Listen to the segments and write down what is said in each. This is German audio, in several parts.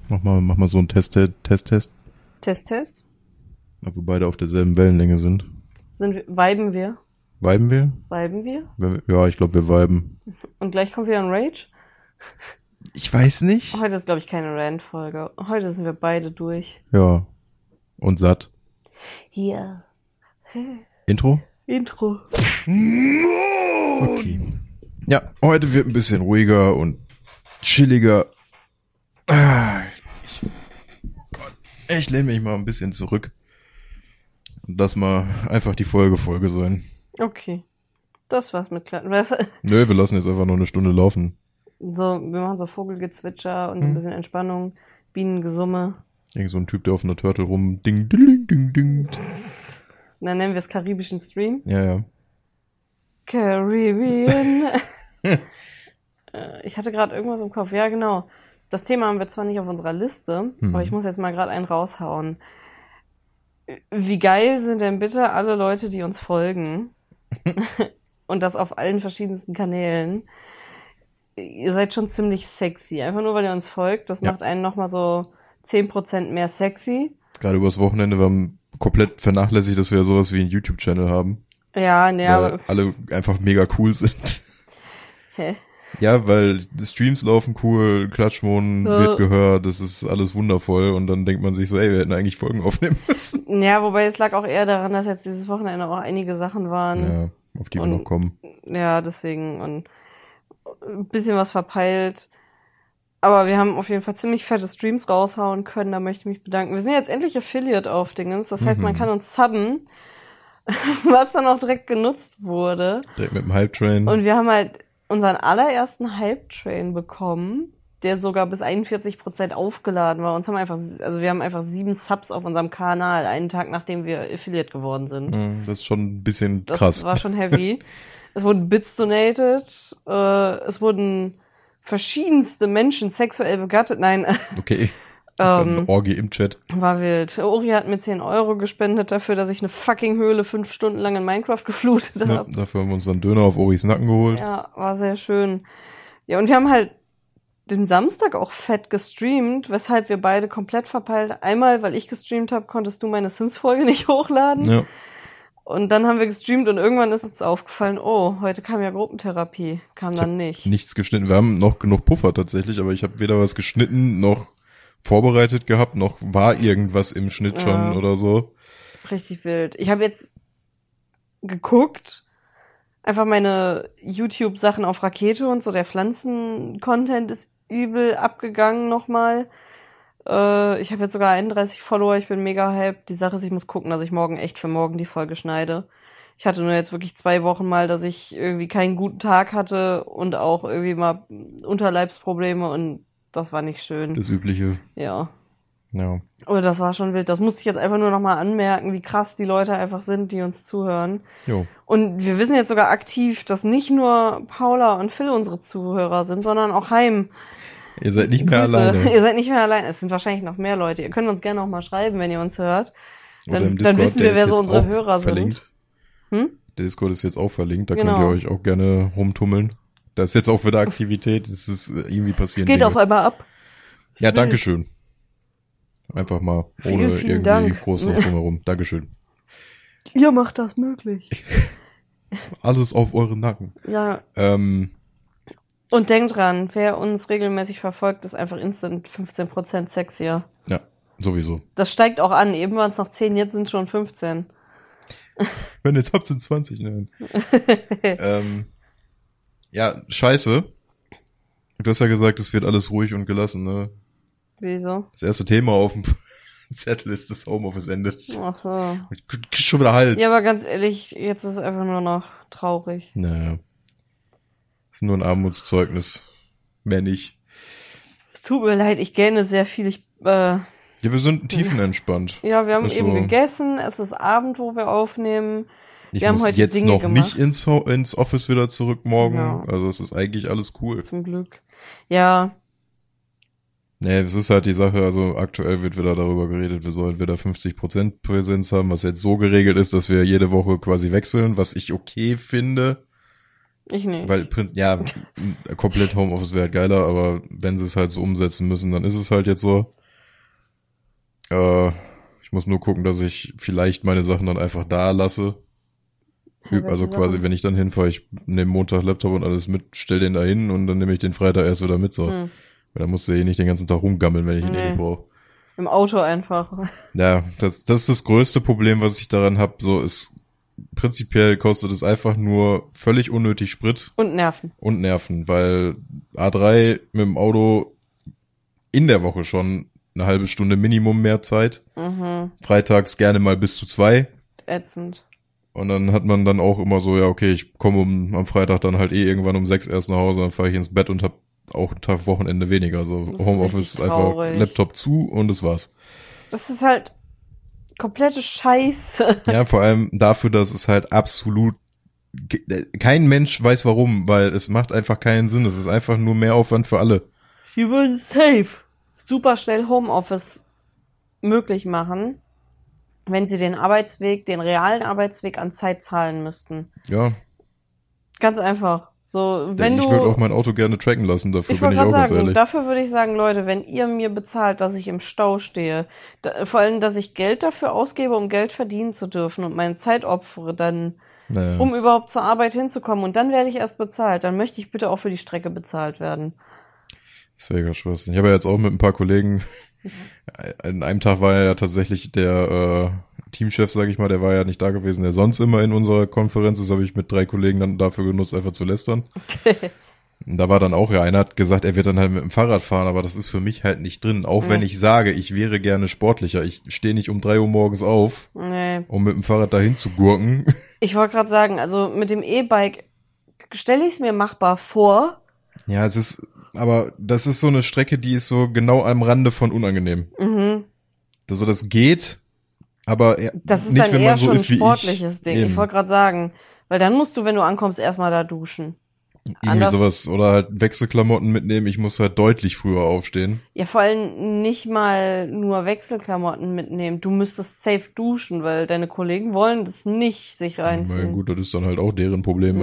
Mach mal so einen Test. Test. Ob wir beide auf derselben Wellenlänge sind. Viben wir? Viben wir? Viben wir? Ja, ich glaube, wir viben. Und gleich kommt wieder ein Rage? Ich weiß nicht. Heute ist, glaube ich, keine Rant-Folge. Heute sind wir beide durch. Ja. Und satt. Hier. Intro? Intro. Okay. Ja, heute wird ein bisschen ruhiger und chilliger. Ich lehne mich mal ein bisschen zurück. Und lass mal einfach die Folge sein. Okay. Das war's mit kleinen. Nö, wir lassen jetzt einfach nur eine Stunde laufen. So, wir machen so Vogelgezwitscher und ein bisschen Entspannung, Bienengesumme. Irgend so ein Typ, der auf einer Turtle rum ding, ding, ding, ding. Und dann nennen wir es karibischen Stream. Ja. Caribbean. Ich hatte gerade irgendwas im Kopf. Ja, genau. Das Thema haben wir zwar nicht auf unserer Liste, aber ich muss jetzt mal gerade einen raushauen. Wie geil sind denn bitte alle Leute, die uns folgen? Und das auf allen verschiedensten Kanälen. Ihr seid schon ziemlich sexy. Einfach nur, weil ihr uns folgt. Das macht einen nochmal so 10% mehr sexy. Gerade übers Wochenende, wir haben komplett vernachlässigt, dass wir ja sowas wie einen YouTube-Channel haben. Ja, ne, aber alle einfach mega cool sind. Hä? Ja, weil die Streams laufen cool, Klatschmohn wird gehört, das ist alles wundervoll und dann denkt man sich so, ey, wir hätten eigentlich Folgen aufnehmen müssen. Ja, wobei es lag auch eher daran, dass jetzt dieses Wochenende auch einige Sachen waren. Ja, auf die wir noch kommen. Ja, deswegen und ein bisschen was verpeilt. Aber wir haben auf jeden Fall ziemlich fette Streams raushauen können, da möchte ich mich bedanken. Wir sind jetzt endlich Affiliate auf Dingens, das heißt, man kann uns subben, was dann auch direkt genutzt wurde. Direkt mit dem Hype-Train. Und wir haben halt unseren allerersten Hype-Train bekommen, der sogar bis 41% aufgeladen war. Wir haben einfach 7 Subs auf unserem Kanal, einen Tag nachdem wir Affiliate geworden sind. Das ist schon ein bisschen krass. Das war schon heavy. Es wurden Bits donated, es wurden verschiedenste Menschen sexuell begattet. Nein. Okay. Dann Orgi im Chat. War wild. Ori hat mir 10 Euro gespendet dafür, dass ich eine fucking Höhle 5 Stunden lang in Minecraft geflutet habe. Ja, dafür haben wir uns dann Döner auf Oris Nacken geholt. Ja, war sehr schön. Ja, und wir haben halt den Samstag auch fett gestreamt, weshalb wir beide komplett verpeilt. Einmal, weil ich gestreamt habe, konntest du meine Sims-Folge nicht hochladen. Ja. Und dann haben wir gestreamt und irgendwann ist uns aufgefallen, oh, heute kam ja Gruppentherapie. Kam dann nicht. Nichts geschnitten. Wir haben noch genug Puffer tatsächlich, aber ich habe weder was geschnitten noch vorbereitet gehabt, noch war irgendwas im Schnitt schon oder so. Richtig wild. Ich habe jetzt geguckt, einfach meine YouTube-Sachen auf Rakete und so, der Pflanzen-Content ist übel abgegangen nochmal. Ich habe jetzt sogar 31 Follower, ich bin mega hyped. Die Sache ist, ich muss gucken, dass ich für morgen die Folge schneide. Ich hatte nur jetzt wirklich 2 Wochen mal, dass ich irgendwie keinen guten Tag hatte und auch irgendwie mal Unterleibsprobleme und das war nicht schön. Das Übliche. Ja. Ja. Aber das war schon wild. Das musste ich jetzt einfach nur nochmal anmerken, wie krass die Leute einfach sind, die uns zuhören. Jo. Und wir wissen jetzt sogar aktiv, dass nicht nur Paula und Phil unsere Zuhörer sind, sondern auch Heim. Ihr seid nicht mehr Grüße. alleine. Ihr seid nicht mehr alleine. Es sind wahrscheinlich noch mehr Leute. Ihr könnt uns gerne auch mal schreiben, wenn ihr uns hört. Dann wissen wir, wer so unsere Hörer verlinkt. sind. Der Discord ist jetzt auch verlinkt, da Genau. könnt ihr euch auch gerne rumtummeln. Da ist jetzt auch wieder Aktivität, es ist irgendwie passiert. Es geht auf einmal ab. Ja, dankeschön. Einfach mal, ohne Vielen irgendwie Dank. groß noch drumherum. Dankeschön. Ihr macht das möglich. Alles auf euren Nacken. Ja. Und denkt dran, wer uns regelmäßig verfolgt, ist einfach instant 15% sexier. Ja, sowieso. Das steigt auch an. Eben waren es noch 10, jetzt sind schon 15. Wenn jetzt habt, sind 20. Nein. Ja, scheiße. Du hast ja gesagt, es wird alles ruhig und gelassen, ne? Wieso? Das erste Thema auf dem Zettel ist, das Homeoffice endet. Ach so. Ich krieg schon wieder Hals. Ja, aber ganz ehrlich, jetzt ist es einfach nur noch traurig. Naja. Ist nur ein Armutszeugnis. Mehr nicht. Es tut mir leid, ich gähne sehr viel. Ja, wir sind tiefenentspannt. Ja, wir haben Ist eben so. gegessen, es ist Abend, wo wir aufnehmen. Ich Wir haben muss heute jetzt Dinge noch gemacht. nicht ins Office wieder zurück morgen. Ja. Also es ist eigentlich alles cool. Zum Glück. Ja, Nee, es ist halt die Sache, also aktuell wird wieder darüber geredet, wir sollen wieder 50% Präsenz haben, was jetzt so geregelt ist, dass wir jede Woche quasi wechseln, was ich okay finde. Ich nicht. Weil, ja, komplett Homeoffice wäre halt geiler, aber wenn sie es halt so umsetzen müssen, dann ist es halt jetzt so. Ich muss nur gucken, dass ich vielleicht meine Sachen dann einfach da lasse. Also quasi, wenn ich dann hinfahre, ich nehme Montag Laptop und alles mit, stell den da hin und dann nehme ich den Freitag erst wieder mit, so. Weil dann musst du eh nicht den ganzen Tag rumgammeln, wenn ich ihn eh nicht brauche. Im Auto einfach. Ja, das ist das größte Problem, was ich daran habe, so ist, prinzipiell kostet es einfach nur völlig unnötig Sprit. Und Nerven. Und Nerven, weil A3 mit dem Auto in der Woche schon eine halbe Stunde Minimum mehr Zeit. Freitags gerne mal bis zu 2. Ätzend. Und dann hat man dann auch immer so, ja okay, ich komme am Freitag dann halt eh irgendwann um 6 erst nach Hause, dann fahre ich ins Bett und hab auch einen Tag Wochenende weniger. So Homeoffice ist einfach Laptop zu und das war's. Das ist halt komplette Scheiße. Ja, vor allem dafür, dass es halt absolut kein Mensch weiß warum, weil es macht einfach keinen Sinn. Es ist einfach nur mehr Aufwand für alle. Sie würden safe super schnell Homeoffice möglich machen, wenn sie den realen Arbeitsweg an Zeit zahlen müssten. Ja. Ganz einfach. So, wenn ich würde auch mein Auto gerne tracken lassen, dafür bin ich auch ganz ehrlich. Dafür würde ich sagen, Leute, wenn ihr mir bezahlt, dass ich im Stau stehe, vor allem, dass ich Geld dafür ausgebe, um Geld verdienen zu dürfen und meine Zeit opfere, dann, um überhaupt zur Arbeit hinzukommen und dann werde ich erst bezahlt, dann möchte ich bitte auch für die Strecke bezahlt werden. Das wäre ja Schwachsinn. Ich habe ja jetzt auch mit ein paar Kollegen, an einem Tag war ja tatsächlich der Teamchef, sage ich mal, der war ja nicht da gewesen, der sonst immer in unserer Konferenz ist, habe ich mit 3 Kollegen dann dafür genutzt, einfach zu lästern. Und da war dann auch, einer hat gesagt, er wird dann halt mit dem Fahrrad fahren, aber das ist für mich halt nicht drin. Auch wenn ich sage, ich wäre gerne sportlicher. Ich stehe nicht um 3 Uhr morgens auf, um mit dem Fahrrad dahin zu gurken. Ich wollte gerade sagen, also mit dem E-Bike stelle ich es mir machbar vor. Ja, aber das ist so eine Strecke, die ist so genau am Rande von unangenehm. Also das geht, aber das ist nicht, dann wenn eher man so schon ist ein wie sportliches Ding. Eben. Ich wollte gerade sagen, weil dann musst du, wenn du ankommst, erstmal da duschen. Irgendwie sowas. Oder halt Wechselklamotten mitnehmen. Ich muss halt deutlich früher aufstehen. Ja, vor allem nicht mal nur Wechselklamotten mitnehmen. Du müsstest safe duschen, weil deine Kollegen wollen das nicht sich reinziehen. Na gut, das ist dann halt auch deren Problem.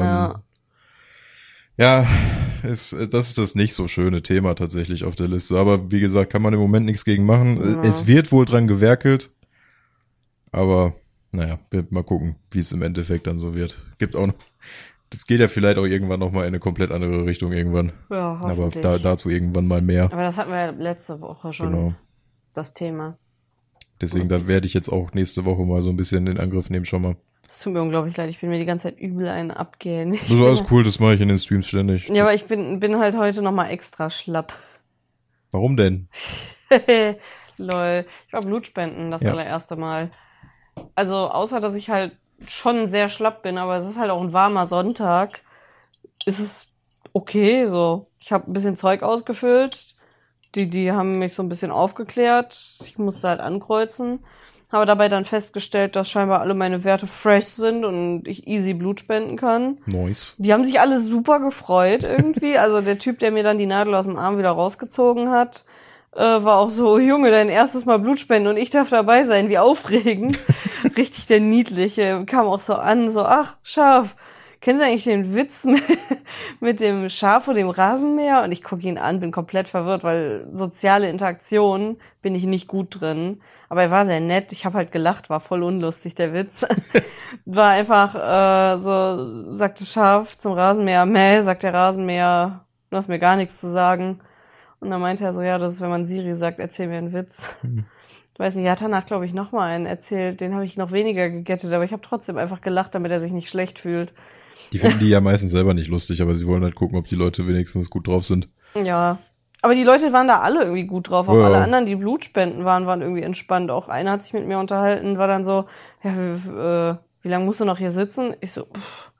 Ja, das ist das nicht so schöne Thema tatsächlich auf der Liste. Aber wie gesagt, kann man im Moment nichts gegen machen. Ja. Es wird wohl dran gewerkelt. Aber naja, mal gucken, wie es im Endeffekt dann so wird. Gibt auch noch, das geht ja vielleicht auch irgendwann nochmal in eine komplett andere Richtung irgendwann. Ja, aber dazu irgendwann mal mehr. Aber das hatten wir ja letzte Woche schon, das Thema. Deswegen, da werde ich jetzt auch nächste Woche mal so ein bisschen in Angriff nehmen, schon mal. Das tut mir unglaublich leid, ich bin mir die ganze Zeit übel einen abgehen. Das ist alles cool, das mache ich in den Streams ständig. Ja, aber ich bin halt heute nochmal extra schlapp. Warum denn? Lol, ich war Blutspenden das allererste Mal. Also außer, dass ich halt schon sehr schlapp bin, aber es ist halt auch ein warmer Sonntag, ist es okay, so. Ich habe ein bisschen Zeug ausgefüllt, die haben mich so ein bisschen aufgeklärt, ich musste halt ankreuzen, habe dabei dann festgestellt, dass scheinbar alle meine Werte fresh sind und ich easy Blut spenden kann. Nice. Die haben sich alle super gefreut irgendwie, also der Typ, der mir dann die Nadel aus dem Arm wieder rausgezogen hat, war auch so, Junge, dein erstes Mal Blutspenden und ich darf dabei sein, wie aufregend. Richtig der Niedliche, kam auch so an, so, ach, Schaf, kennen Sie eigentlich den Witz mit dem Schaf und dem Rasenmäher? Und ich gucke ihn an, bin komplett verwirrt, weil soziale Interaktion bin ich nicht gut drin. Aber er war sehr nett, ich habe halt gelacht, war voll unlustig, der Witz. War einfach so, sagte Schaf zum Rasenmäher, Mäh, sagt der Rasenmäher, du hast mir gar nichts zu sagen. Und dann meinte er so, ja, das ist, wenn man Siri sagt, erzähl mir einen Witz. Ich weiß nicht, er hat danach, glaube ich, nochmal einen erzählt, den habe ich noch weniger gegettet, aber ich habe trotzdem einfach gelacht, damit er sich nicht schlecht fühlt. Die finden die ja meistens selber nicht lustig, aber sie wollen halt gucken, ob die Leute wenigstens gut drauf sind. Ja, aber die Leute waren da alle irgendwie gut drauf, auch alle anderen, die Blutspenden waren irgendwie entspannt. Auch einer hat sich mit mir unterhalten, war dann so, ja, wie lange musst du noch hier sitzen? Ich so,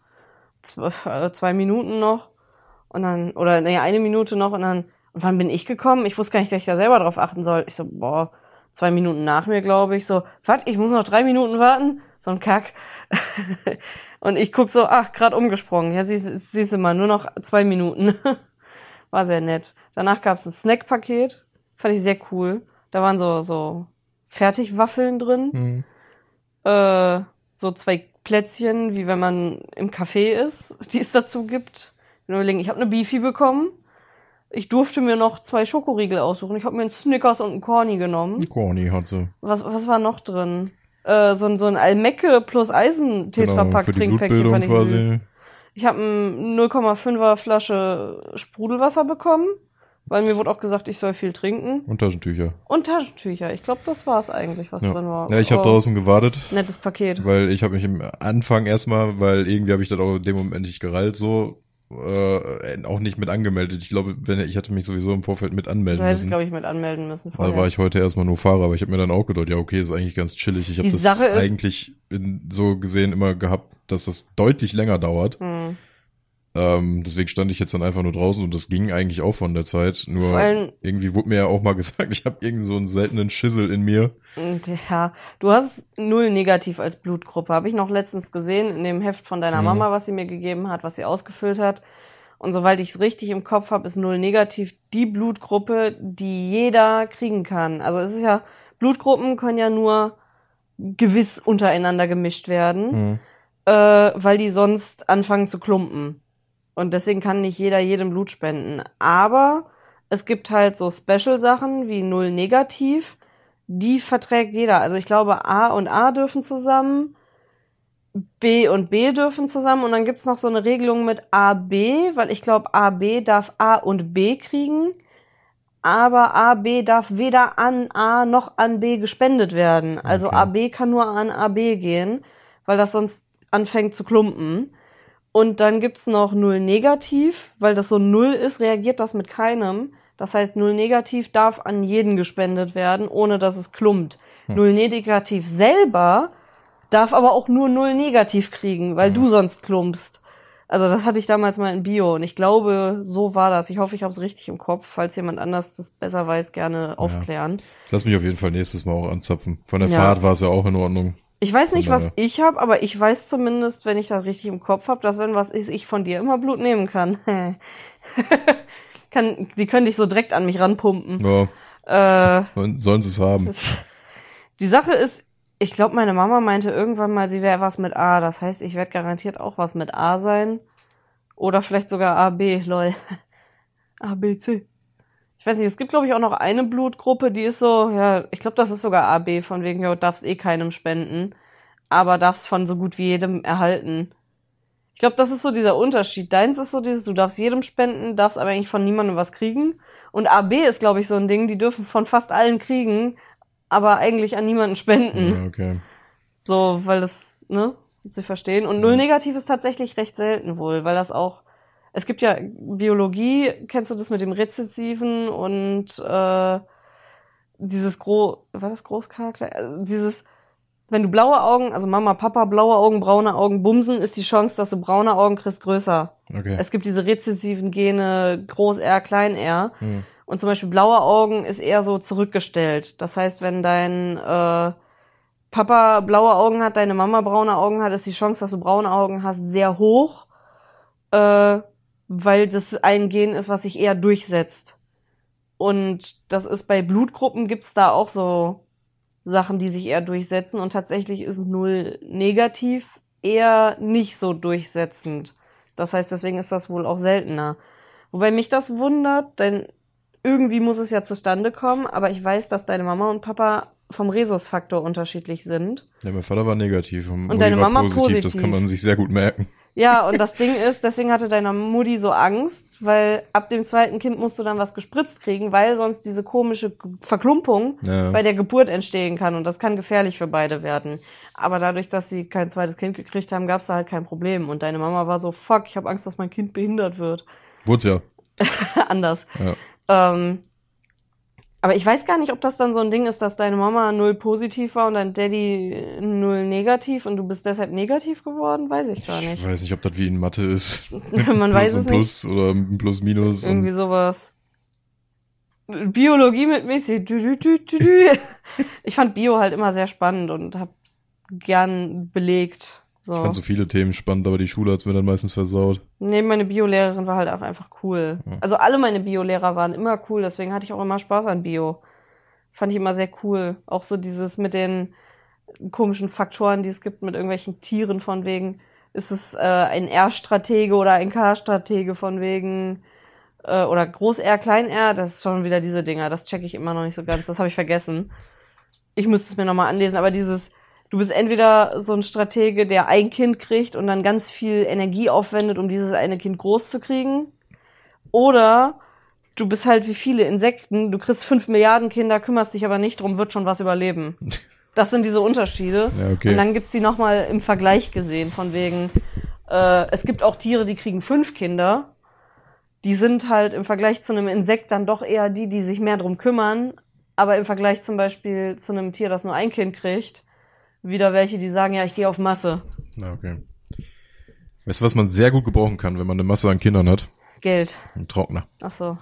2 Minuten noch. Und dann, oder 1 Minute noch und dann, und wann bin ich gekommen? Ich wusste gar nicht, dass ich da selber drauf achten soll. Ich so, 2 Minuten nach mir, glaube ich. So, was? Ich muss noch 3 Minuten warten? So ein Kack. Und ich guck so, gerade umgesprungen. Ja, siehst du mal, nur noch 2 Minuten. War sehr nett. Danach gab's ein Snackpaket. Fand ich sehr cool. Da waren so Fertigwaffeln drin. So 2 Plätzchen, wie wenn man im Café ist, die es dazu gibt. Ich habe eine Beefy bekommen. Ich durfte mir noch 2 Schokoriegel aussuchen. Ich habe mir einen Snickers und einen Corny genommen. Corny hat sie. Was war noch drin? So ein Almecke plus Eisen Tetrapack für die Trinkpäckchen Blutbildung fand ich quasi. süß. Ich habe eine 0,5er Flasche Sprudelwasser bekommen, weil mir wurde auch gesagt, ich soll viel trinken. Und Taschentücher. Und Taschentücher. Ich glaube, das war es eigentlich, was drin war. Ja, ich habe draußen gewartet. Nettes Paket. Weil ich habe mich im Anfang erstmal, weil irgendwie habe ich das auch in dem Moment nicht gerallt, so auch nicht mit angemeldet. Ich glaube, ich hatte mich sowieso im Vorfeld mit anmelden Du hättest, müssen. glaube ich, mit anmelden müssen. Da war ich heute erstmal nur Fahrer, aber ich habe mir dann auch gedacht, ja okay, ist eigentlich ganz chillig. Ich habe das eigentlich so gesehen immer gehabt, dass das deutlich länger dauert. Deswegen stand ich jetzt dann einfach nur draußen und das ging eigentlich auch von der Zeit. Nur irgendwie wurde mir ja auch mal gesagt, ich habe irgend so einen seltenen Schissel in mir. Ja, du hast 0 negativ als Blutgruppe. Habe ich noch letztens gesehen in dem Heft von deiner Mama, was sie mir gegeben hat, was sie ausgefüllt hat. Und soweit ich es richtig im Kopf habe, ist 0 negativ die Blutgruppe, die jeder kriegen kann. Also es ist ja, Blutgruppen können ja nur gewiss untereinander gemischt werden, weil die sonst anfangen zu klumpen. Und deswegen kann nicht jeder jedem Blut spenden. Aber es gibt halt so Special-Sachen wie 0 negativ, die verträgt jeder. Also ich glaube, A und A dürfen zusammen, B und B dürfen zusammen und dann gibt's noch so eine Regelung mit AB, weil ich glaube, AB darf A und B kriegen, aber AB darf weder an A noch an B gespendet werden. Also Okay. AB kann nur an AB gehen, weil das sonst anfängt zu klumpen. Und dann gibt's noch 0 negativ, weil das so 0 ist, reagiert das mit keinem. Das heißt, 0 negativ darf an jeden gespendet werden, ohne dass es klumpt. 0 negativ selber darf aber auch nur 0 negativ kriegen, weil du sonst klumpst. Also das hatte ich damals mal in Bio und ich glaube, so war das. Ich hoffe, ich habe es richtig im Kopf. Falls jemand anders das besser weiß, gerne aufklären. Ich lass mich auf jeden Fall nächstes Mal auch anzapfen. Von der Fahrt war es ja auch in Ordnung. Ich weiß nicht, was ich habe, aber ich weiß zumindest, wenn ich das richtig im Kopf habe, dass wenn was ist, ich von dir immer Blut nehmen kann. Die können dich so direkt an mich ranpumpen. Ja, sollen sie es haben. Die Sache ist, ich glaube, meine Mama meinte irgendwann mal, sie wäre was mit A. Das heißt, ich werde garantiert auch was mit A sein. Oder vielleicht sogar AB, lol. A, B, C. Ich weiß nicht, es gibt, glaube ich, auch noch eine Blutgruppe, die ist so, ja, ich glaube, das ist sogar AB, von wegen, ja, darfst eh keinem spenden, aber darfst von so gut wie jedem erhalten. Ich glaube, das ist so dieser Unterschied. Deins ist so dieses, du darfst jedem spenden, darfst aber eigentlich von niemandem was kriegen. Und AB ist, glaube ich, so ein Ding, die dürfen von fast allen kriegen, aber eigentlich an niemanden spenden. Ja, okay. So, weil das, ne, sie verstehen. Und 0 negativ ist tatsächlich recht selten wohl, weil das auch, es gibt ja Biologie, kennst du das mit dem Rezessiven und dieses war das Großcharakter? Also dieses, wenn du blaue Augen, also Mama, Papa, blaue Augen, braune Augen bumsen, ist die Chance, dass du braune Augen kriegst, größer. Okay. Es gibt diese rezessiven Gene, Groß R, Klein R. Und zum Beispiel blaue Augen ist eher so zurückgestellt. Das heißt, wenn dein Papa blaue Augen hat, deine Mama braune Augen hat, ist die Chance, dass du braune Augen hast, sehr hoch. Weil das ein Gen ist, was sich eher durchsetzt. Und das ist bei Blutgruppen gibt's da auch so Sachen, die sich eher durchsetzen. Und tatsächlich ist 0 negativ eher nicht so durchsetzend. Das heißt, deswegen ist das wohl auch seltener. Wobei mich das wundert, denn irgendwie muss es ja zustande kommen, aber ich weiß, dass deine Mama und Papa vom Rhesusfaktor unterschiedlich sind. Ja, mein Vater war negativ und deine war Mama positiv. Das kann man sich sehr gut merken. Ja, und das Ding ist, deswegen hatte deine Mutti so Angst, weil ab dem 2. Kind musst du dann was gespritzt kriegen, weil sonst diese komische Verklumpung bei der Geburt entstehen kann und das kann gefährlich für beide werden. Aber dadurch, dass sie kein 2. Kind gekriegt haben, gab's da halt kein Problem. Und deine Mama war so, fuck, ich habe Angst, dass mein Kind behindert wird. Wurd's ja. Anders. Ja. Aber ich weiß gar nicht, ob das dann so ein Ding ist, dass deine Mama 0 positiv war und dein Daddy 0 negativ und du bist deshalb negativ geworden? Weiß ich gar nicht. Ich weiß nicht, ob das wie in Mathe ist. Man weiß es Plus nicht. oder ein Plus, Minus. Irgendwie sowas. Biologie mit Messi. Ich fand Bio halt immer sehr spannend und hab gern belegt. So. Ich fand so viele Themen spannend, aber die Schule hat's mir dann meistens versaut. Nee, meine Biolehrerin war halt auch einfach cool. Ja. Also alle meine Biolehrer waren immer cool, deswegen hatte ich auch immer Spaß an Bio. Fand ich immer sehr cool. Auch so dieses mit den komischen Faktoren, die es gibt mit irgendwelchen Tieren, von wegen, ist es ein R-Stratege oder ein K-Stratege, von wegen, oder Groß-R, Klein-R, das ist schon wieder diese Dinger, das checke ich immer noch nicht so ganz, das habe ich vergessen. Ich müsste es mir nochmal anlesen, aber du bist entweder so ein Stratege, der ein Kind kriegt und dann ganz viel Energie aufwendet, um dieses eine Kind groß zu kriegen, oder du bist halt wie viele Insekten, du kriegst 5 Milliarden Kinder, kümmerst dich aber nicht drum, wird schon was überleben. Das sind diese Unterschiede. Ja, okay. Und dann gibt's die nochmal im Vergleich gesehen, von wegen, es gibt auch Tiere, die kriegen 5 Kinder. Die sind halt im Vergleich zu einem Insekt dann doch eher die sich mehr drum kümmern. Aber im Vergleich zum Beispiel zu einem Tier, das nur ein Kind kriegt, wieder welche, die sagen, ja, ich gehe auf Masse. Na, okay. Weißt du, was man sehr gut gebrauchen kann, wenn man eine Masse an Kindern hat? Geld. Ein Trockner. Ach so.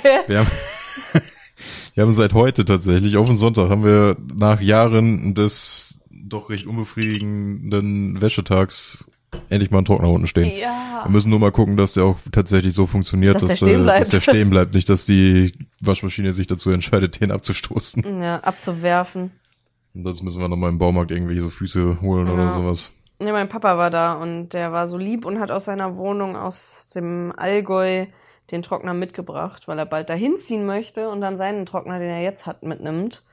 Wir haben seit heute tatsächlich, auf den Sonntag, haben wir nach Jahren des doch recht unbefriedigenden Wäschetags endlich mal einen Trockner unten stehen. Ja. Wir müssen nur mal gucken, dass der auch tatsächlich so funktioniert, Dass der stehen bleibt. Nicht, dass die Waschmaschine sich dazu entscheidet, den abzustoßen. Ja, abzuwerfen. Und das müssen wir nochmal im Baumarkt irgendwie so Füße holen oder sowas. Ja, mein Papa war da und der war so lieb und hat aus seiner Wohnung aus dem Allgäu den Trockner mitgebracht, weil er bald dahin ziehen möchte und dann seinen Trockner, den er jetzt hat, mitnimmt.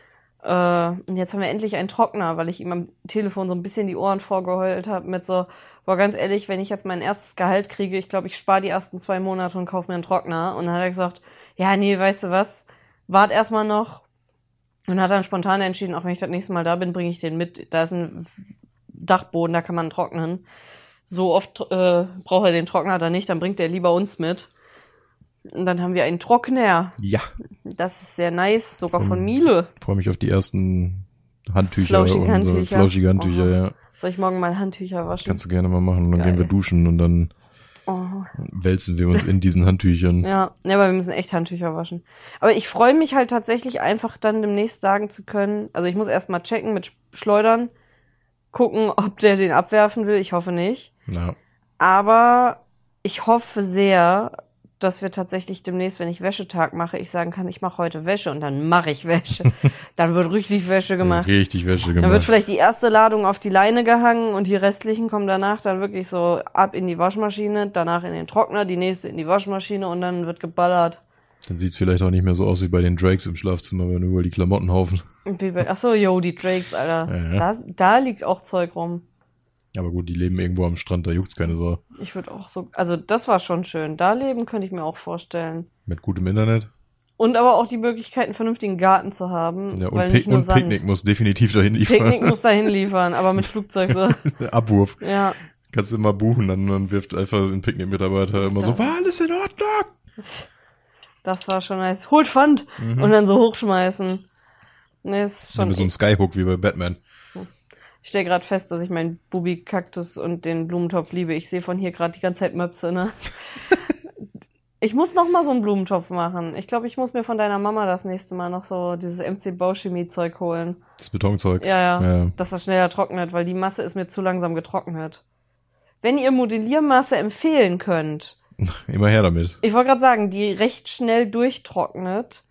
Und jetzt haben wir endlich einen Trockner, weil ich ihm am Telefon so ein bisschen die Ohren vorgeheult habe mit so, boah, ganz ehrlich, wenn ich jetzt mein erstes Gehalt kriege, ich glaube, ich spare die ersten 2 Monate und kaufe mir einen Trockner. Und dann hat er gesagt, ja, nee, weißt du was, wart erstmal noch. Und hat dann spontan entschieden, auch wenn ich das nächste Mal da bin, bringe ich den mit. Da ist ein Dachboden, da kann man trocknen. So oft braucht er den Trockner dann nicht, dann bringt er lieber uns mit. Und dann haben wir einen Trockner. Ja. Das ist sehr nice, sogar von Miele. Freue mich auf die ersten Handtücher flauschige Handtücher, ja. Soll ich morgen mal Handtücher waschen? Kannst du gerne mal machen. Dann gehen wir duschen und dann wälzen wir uns in diesen Handtüchern. Ja, aber wir müssen echt Handtücher waschen. Aber ich freue mich halt tatsächlich einfach dann demnächst sagen zu können, also ich muss erst mal checken mit Schleudern, gucken, ob der den abwerfen will. Ich hoffe nicht. Ja. Aber ich hoffe sehr, dass wir tatsächlich demnächst, wenn ich Wäschetag mache, ich sagen kann, ich mache heute Wäsche und dann mache ich Wäsche. Dann wird richtig Wäsche gemacht. Richtig Wäsche gemacht. Dann wird vielleicht die erste Ladung auf die Leine gehangen und die restlichen kommen danach dann wirklich so ab in die Waschmaschine, danach in den Trockner, die nächste in die Waschmaschine und dann wird geballert. Dann sieht's vielleicht auch nicht mehr so aus wie bei den Drakes im Schlafzimmer, wenn über die Klamottenhaufen. Achso, die Drakes, Alter. Ja. Da liegt auch Zeug rum. Aber gut, die leben irgendwo am Strand, da juckt's keine Sau. Ich würde auch so, also das war schon schön. Da leben könnte ich mir auch vorstellen. Mit gutem Internet. Und aber auch die Möglichkeit, einen vernünftigen Garten zu haben. Ja, weil nicht nur Sand. Picknick muss definitiv dahin liefern. Picknick muss dahin liefern, aber mit Flugzeug so. Abwurf. Ja. Kannst du immer buchen, dann wirft einfach ein Picknick-Mitarbeiter immer so, war alles in Ordnung? Das war schon nice. Holt Pfand! Und dann so hochschmeißen. Nee, ist schon. So ein Skyhook wie bei Batman. Ich stelle gerade fest, dass ich meinen Bubi-Kaktus und den Blumentopf liebe. Ich sehe von hier gerade die ganze Zeit Möpse, ne? Ich muss noch mal so einen Blumentopf machen. Ich glaube, ich muss mir von deiner Mama das nächste Mal noch so dieses MC Bauchemie-Zeug holen. Das Betonzeug. Ja. Dass das schneller trocknet, weil die Masse ist mir zu langsam getrocknet. Wenn ihr Modelliermasse empfehlen könnt. Immer her damit. Ich wollte gerade sagen, die recht schnell durchtrocknet.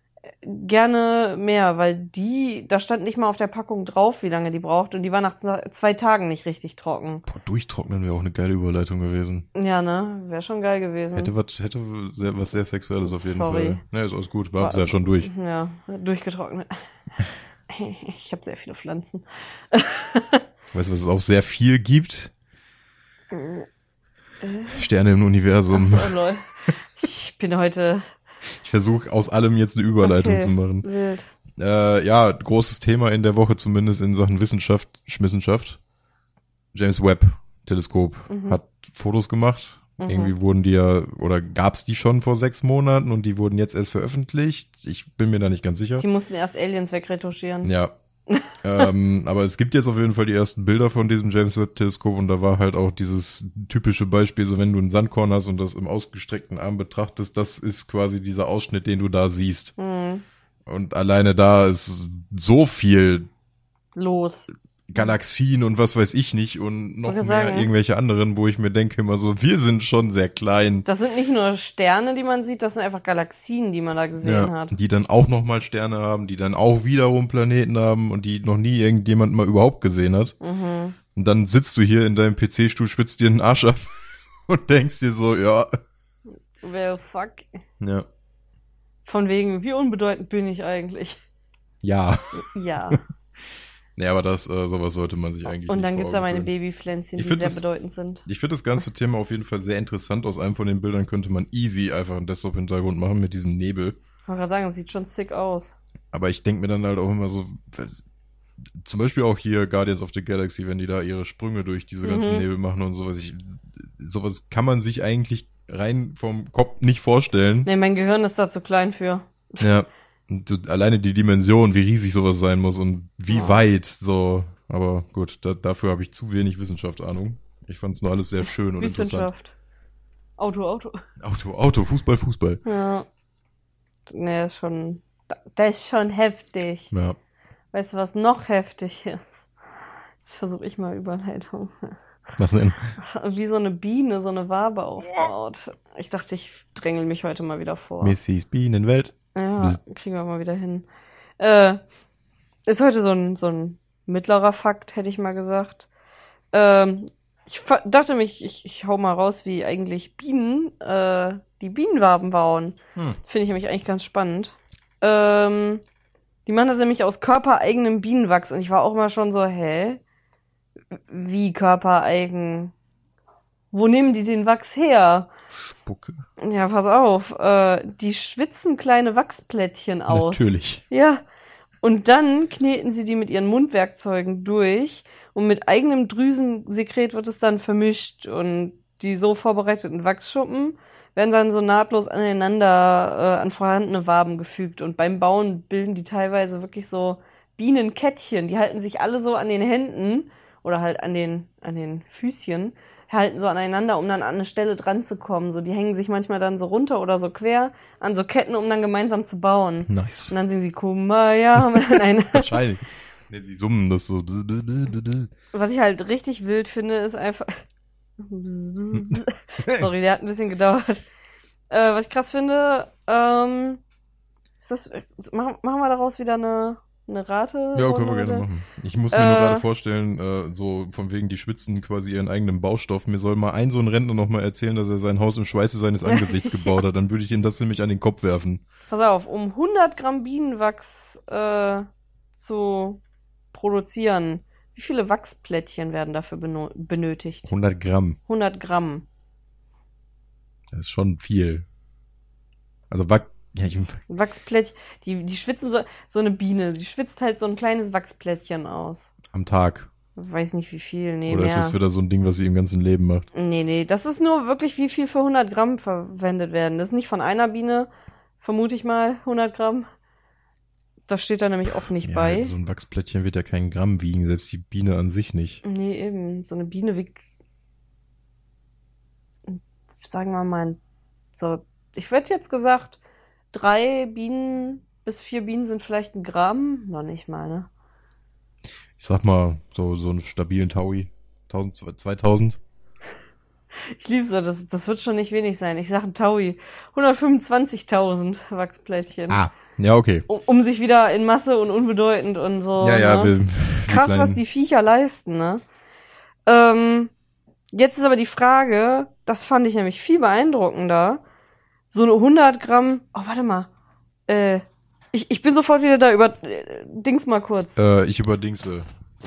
Gerne mehr, weil da stand nicht mal auf der Packung drauf, wie lange die braucht und die war nach 2 Tagen nicht richtig trocken. Boah, durchtrocknen wäre auch eine geile Überleitung gewesen. Ja, ne? Wäre schon geil gewesen. Hätte was sehr Sexuelles auf jeden Sorry. Fall. Ne, ist alles gut, war ja schon durch. Ja, durchgetrocknet. Ich habe sehr viele Pflanzen. Weißt du, was es auch sehr viel gibt? Sterne im Universum. Ach so, lol. Ich bin heute... Ich versuche aus allem jetzt eine Überleitung zu machen. Wild. Ja, großes Thema in der Woche, zumindest in Sachen Wissenschaft. James Webb Teleskop hat Fotos gemacht. Irgendwie wurden die oder gab's die schon vor 6 Monaten und die wurden jetzt erst veröffentlicht. Ich bin mir da nicht ganz sicher. Die mussten erst Aliens wegretuschieren. Ja. Aber es gibt jetzt auf jeden Fall die ersten Bilder von diesem James Webb Teleskop und da war halt auch dieses typische Beispiel, so wenn du ein Sandkorn hast und das im ausgestreckten Arm betrachtest, das ist quasi dieser Ausschnitt, den du da siehst. Und alleine da ist so viel los. Galaxien und was weiß ich nicht und noch Wollte mehr sagen, ja. irgendwelche anderen, wo ich mir denke immer so, wir sind schon sehr klein. Das sind nicht nur Sterne, die man sieht, das sind einfach Galaxien, die man da gesehen hat. Die dann auch nochmal Sterne haben, die dann auch wiederum Planeten haben und die noch nie irgendjemand mal überhaupt gesehen hat. Mhm. Und dann sitzt du hier in deinem PC-Stuhl, schwitzt dir den Arsch ab und denkst dir so, ja. Well, fuck. Ja. Von wegen, wie unbedeutend bin ich eigentlich? Ja. Ja. Ja, aber sowas sollte man sich eigentlich Und nicht dann vor gibt's da Augen meine führen. Babypflänzchen, Ich die find sehr das- bedeutend sind. Ich finde das ganze Thema auf jeden Fall sehr interessant. Aus einem von den Bildern könnte man easy einfach einen Desktop-Hintergrund machen mit diesem Nebel. Ich wollte gerade sagen, das sieht schon sick aus. Aber ich denke mir dann halt auch immer so, zum Beispiel auch hier Guardians of the Galaxy, wenn die da ihre Sprünge durch diese ganzen Nebel machen und sowas. Sowas kann man sich eigentlich rein vom Kopf nicht vorstellen. Nee, mein Gehirn ist da zu klein für. Ja. Und alleine die Dimension, wie riesig sowas sein muss und wie Ja. weit, so. Aber gut, dafür habe ich zu wenig Wissenschaftsahnung. Ich fand es nur alles sehr schön und interessant. Wissenschaft. Auto. Auto, Fußball. Ja. Nee, das ist schon heftig. Ja. Weißt du, was noch heftig ist? Jetzt versuche ich mal Überleitung. Was denn? Wie so eine Biene, so eine Wabe aufbaut. Ich dachte, ich drängel mich heute mal wieder vor. Missys Bienenwelt. Ja, Bzz. kriegen wir mal wieder hin. Ist heute so ein mittlerer Fakt, hätte ich mal gesagt. Dachte mich, ich hau mal raus, wie eigentlich Bienen die Bienenwaben bauen. Finde ich nämlich eigentlich ganz spannend. Die machen das nämlich aus körpereigenem Bienenwachs. Und ich war auch immer schon so, hä? Wie körpereigen? Wo nehmen die den Wachs her? Spucke. Ja, pass auf. Die schwitzen kleine Wachsplättchen aus. Natürlich. Ja. Und dann kneten sie die mit ihren Mundwerkzeugen durch und mit eigenem Drüsensekret wird es dann vermischt und die so vorbereiteten Wachsschuppen werden dann so nahtlos aneinander an vorhandene Waben gefügt und beim Bauen bilden die teilweise wirklich so Bienenkettchen. Die halten sich alle so an den Händen oder halt an den Füßchen, halten so aneinander, um dann an eine Stelle dran zu kommen. So, die hängen sich manchmal dann so runter oder so quer an so Ketten, um dann gemeinsam zu bauen. Nice. Und dann singen sie Kumbaya. Nein. Wahrscheinlich. Nee, sie summen das so. Bzz, bzz, bzz, bzz. Was ich halt richtig wild finde, ist einfach. Sorry, der hat ein bisschen gedauert. Was ich krass finde, ist das. Machen wir daraus wieder eine Rate? Ja, können wir gerne machen. Ich muss mir nur gerade vorstellen, so von wegen, die schwitzen quasi ihren eigenen Baustoff. Mir soll mal so ein Rentner noch mal erzählen, dass er sein Haus im Schweiße seines Angesichts gebaut hat. Dann würde ich ihm das nämlich an den Kopf werfen. Pass auf, um 100 Gramm Bienenwachs zu produzieren, wie viele Wachsplättchen werden dafür benötigt? 100 Gramm. 100 Gramm. Das ist schon viel. Also Wachsplättchen, die schwitzen so eine Biene, die schwitzt halt so ein kleines Wachsplättchen aus. am Tag. Weiß nicht wie viel, nee, Oder mehr. ist das wieder so ein Ding, was sie im ganzen Leben macht? Nee, das ist nur wirklich, wie viel für 100 Gramm verwendet werden. Das ist nicht von einer Biene, vermute ich mal, 100 Gramm. Das steht da nämlich auch nicht bei. So ein Wachsplättchen wird ja kein Gramm wiegen, selbst die Biene an sich nicht. Nee, eben. So eine Biene wiegt, sagen wir mal, so, ich hätte jetzt gesagt, 3 Bienen bis 4 Bienen sind vielleicht 1 Gramm. Noch nicht mal, ne? Ich sag mal, so einen stabilen Taui. 1000, 2000. Ich lieb's so, das wird schon nicht wenig sein. Ich sag ein Taui. 125.000 Wachsplättchen. Ah, ja, okay. Um sich wieder in Masse und unbedeutend und so. Ja, ne? Krass, was die Viecher leisten, ne? Jetzt ist aber die Frage, das fand ich nämlich viel beeindruckender. So eine 100 Gramm, oh, warte mal. Ich bin sofort wieder da über, Dings mal kurz. Ich überdingse.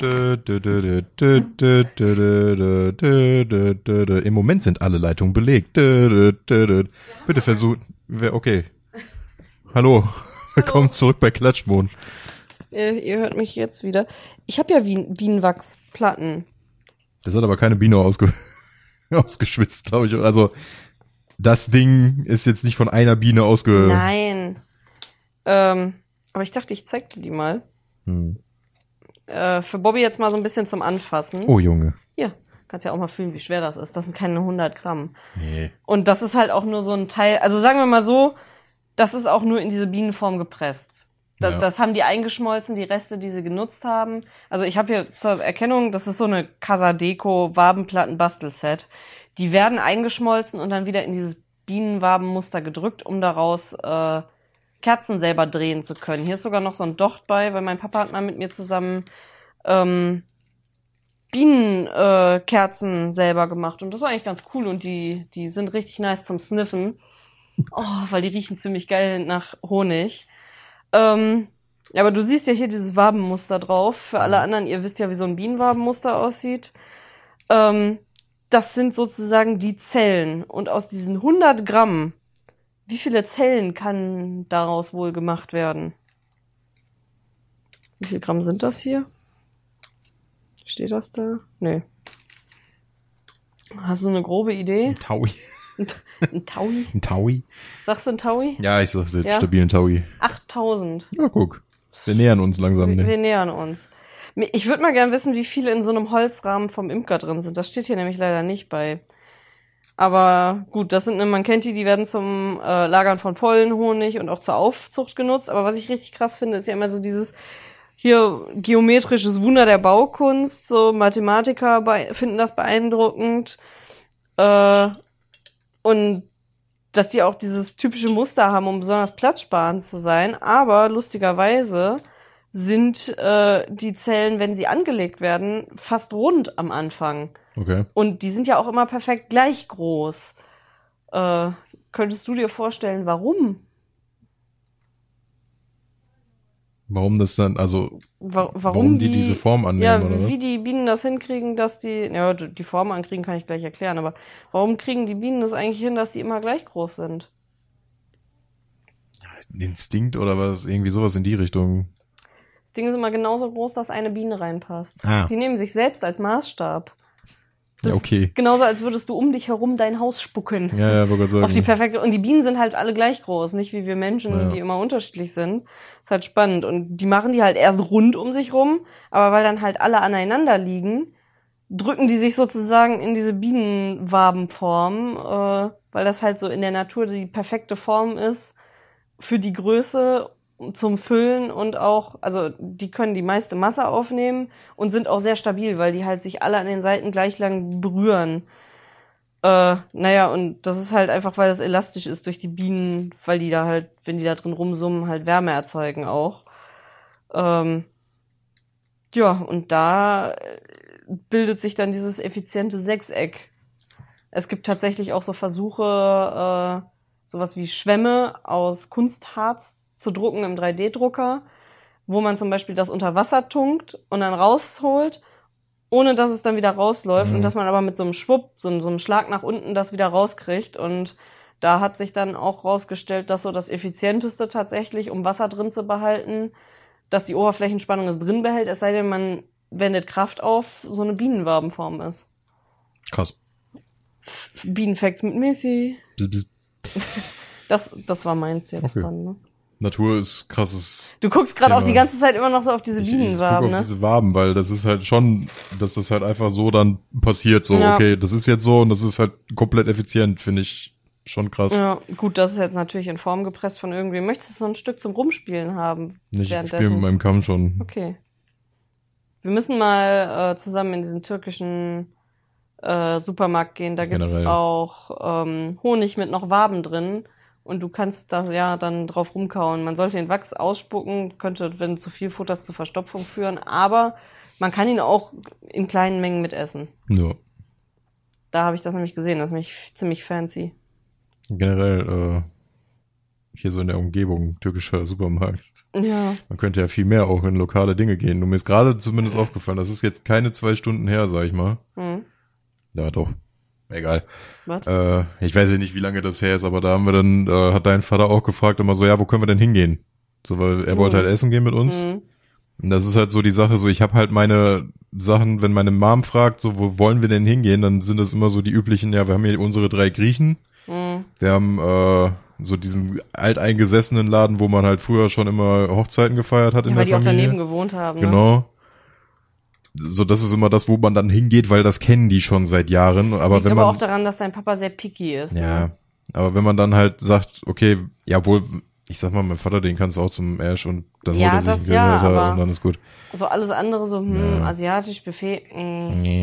Im Moment sind alle Leitungen belegt. Bitte versuchen. Okay. Hallo. Willkommen zurück bei Klatschmond. Ihr hört mich jetzt wieder. Ich habe ja Bienenwachsplatten. Das hat aber keine Biene ausgeschwitzt, glaube ich. Also, das Ding ist jetzt nicht von einer Biene Nein. Aber ich dachte, ich zeig dir die mal. Für Bobby jetzt mal so ein bisschen zum Anfassen. Oh, Junge. Hier, kannst ja auch mal fühlen, wie schwer das ist. Das sind keine 100 Gramm. Nee. Und das ist halt auch nur so ein Teil, also sagen wir mal so, das ist auch nur in diese Bienenform gepresst. Das haben die eingeschmolzen, die Reste, die sie genutzt haben. Also ich habe hier zur Erkennung, das ist so eine Casadeco Wabenplatten-Bastelset. Die werden eingeschmolzen und dann wieder in dieses Bienenwabenmuster gedrückt, um daraus Kerzen selber drehen zu können. Hier ist sogar noch so ein Docht bei, weil mein Papa hat mal mit mir zusammen Bienenkerzen selber gemacht. Und das war eigentlich ganz cool und die sind richtig nice zum Sniffen. Oh, weil die riechen ziemlich geil nach Honig. Aber du siehst ja hier dieses Wabenmuster drauf. Für alle anderen, ihr wisst ja, wie so ein Bienenwabenmuster aussieht. Das sind sozusagen die Zellen. Und aus diesen 100 Gramm, wie viele Zellen kann daraus wohl gemacht werden? Wie viel Gramm sind das hier? Steht das da? Nee. Hast du eine grobe Idee? Ein Taui. Ein Taui? Ein Taui? Sagst du ein Taui? Ja, ich sag den Ja. stabilen Taui. 8000. Ja, guck. Wir nähern uns langsam. Wir Ne? nähern uns. Ich würde mal gern wissen, wie viele in so einem Holzrahmen vom Imker drin sind. Das steht hier nämlich leider nicht bei. Aber gut, das sind, man kennt die werden zum Lagern von Pollenhonig und auch zur Aufzucht genutzt. Aber was ich richtig krass finde, ist ja immer so dieses hier geometrisches Wunder der Baukunst. So Mathematiker finden das beeindruckend. Und dass die auch dieses typische Muster haben, um besonders platzsparend zu sein. Aber lustigerweise sind die Zellen, wenn sie angelegt werden, fast rund am Anfang. Okay. Und die sind ja auch immer perfekt gleich groß. Könntest du dir vorstellen, warum? Warum das dann, also Warum die diese Form annehmen, ja, oder was? wie die Bienen das hinkriegen, dass die Form ankriegen, kann ich gleich erklären, aber warum kriegen die Bienen das eigentlich hin, dass die immer gleich groß sind? Instinkt oder was? Irgendwie sowas in die Richtung. Das Ding ist immer genauso groß, dass eine Biene reinpasst. Ah. Die nehmen sich selbst als Maßstab. Das Ja, okay. ist genauso, als würdest du um dich herum dein Haus spucken. Ja, wollte gerade sagen. Auf die perfekte, und die Bienen sind halt alle gleich groß, nicht wie wir Menschen, Ja. die immer unterschiedlich sind. Ist halt spannend. Und die machen die halt erst rund um sich rum, aber weil dann halt alle aneinander liegen, drücken die sich sozusagen in diese Bienenwabenform, weil das halt so in der Natur die perfekte Form ist für die Größe zum Füllen und auch, also die können die meiste Masse aufnehmen und sind auch sehr stabil, weil die halt sich alle an den Seiten gleich lang berühren. Und das ist halt einfach, weil das elastisch ist durch die Bienen, weil die da halt, wenn die da drin rumsummen, halt Wärme erzeugen auch. Und da bildet sich dann dieses effiziente Sechseck. Es gibt tatsächlich auch so Versuche, sowas wie Schwämme aus Kunstharz zu drucken im 3D-Drucker, wo man zum Beispiel das unter Wasser tunkt und dann rausholt, ohne dass es dann wieder rausläuft und dass man aber mit so einem Schwupp, so einem Schlag nach unten das wieder rauskriegt. Und da hat sich dann auch rausgestellt, dass so das Effizienteste tatsächlich, um Wasser drin zu behalten, dass die Oberflächenspannung es drin behält, es sei denn, man wendet Kraft auf, so eine Bienenwabenform ist. Krass. Bienenfacts mit Missy. Das war meins jetzt Okay. dann, ne? Natur ist krasses. Du guckst gerade auch Thema. die ganze Zeit immer noch so auf diese Ich Bienenwaben, gucke auf ne? diese Waben, weil das ist halt schon, dass das halt einfach so dann passiert. So, Ja. okay, das ist jetzt so und das ist halt komplett effizient, finde ich schon krass. Ja, gut, das ist jetzt natürlich in Form gepresst von irgendwem. Möchtest du so ein Stück zum Rumspielen haben? Ich spiele mit meinem Kamm schon. Okay. Wir müssen mal zusammen in diesen türkischen Supermarkt gehen. Da gibt's Generell. auch Honig mit noch Waben drin. Und du kannst da ja dann drauf rumkauen. Man sollte den Wachs ausspucken, könnte, wenn zu viel Futters, zu Verstopfung führen. Aber man kann ihn auch in kleinen Mengen mitessen. Ja. Da habe ich das nämlich gesehen. Das ist nämlich ziemlich fancy. Generell, hier so in der Umgebung, türkischer Supermarkt. Ja. Man könnte ja viel mehr auch in lokale Dinge gehen. Nur mir ist gerade zumindest aufgefallen, das ist jetzt keine 2 Stunden her, sag ich mal. Hm. Ja, doch. Egal. Was? Ich weiß ja nicht, wie lange das her ist, aber da haben wir dann, hat dein Vater auch gefragt, immer so, ja, wo können wir denn hingehen? So, weil er wollte halt essen gehen mit uns. Mhm. Und das ist halt so die Sache, so ich habe halt meine Sachen, wenn meine Mom fragt, so, wo wollen wir denn hingehen, dann sind das immer so die üblichen, ja, wir haben hier unsere 3 Griechen. Mhm. Wir haben so diesen alteingesessenen Laden, wo man halt früher schon immer Hochzeiten gefeiert hat in Weil der die auch Familie. daneben gewohnt haben. Ne? Genau. So, das ist immer das, wo man dann hingeht, weil das kennen die schon seit Jahren. Aber Liegt wenn aber man, auch daran, dass dein Papa sehr picky ist. ja, Ne? aber wenn man dann halt sagt, okay, jawohl, Ich sag mal, mein Vater, den kannst du auch zum Ash und dann Ja, holt er sich das einen Grillhalter ja, aber- und dann ist gut. So alles andere so, Ja. asiatisch Buffet, Nee.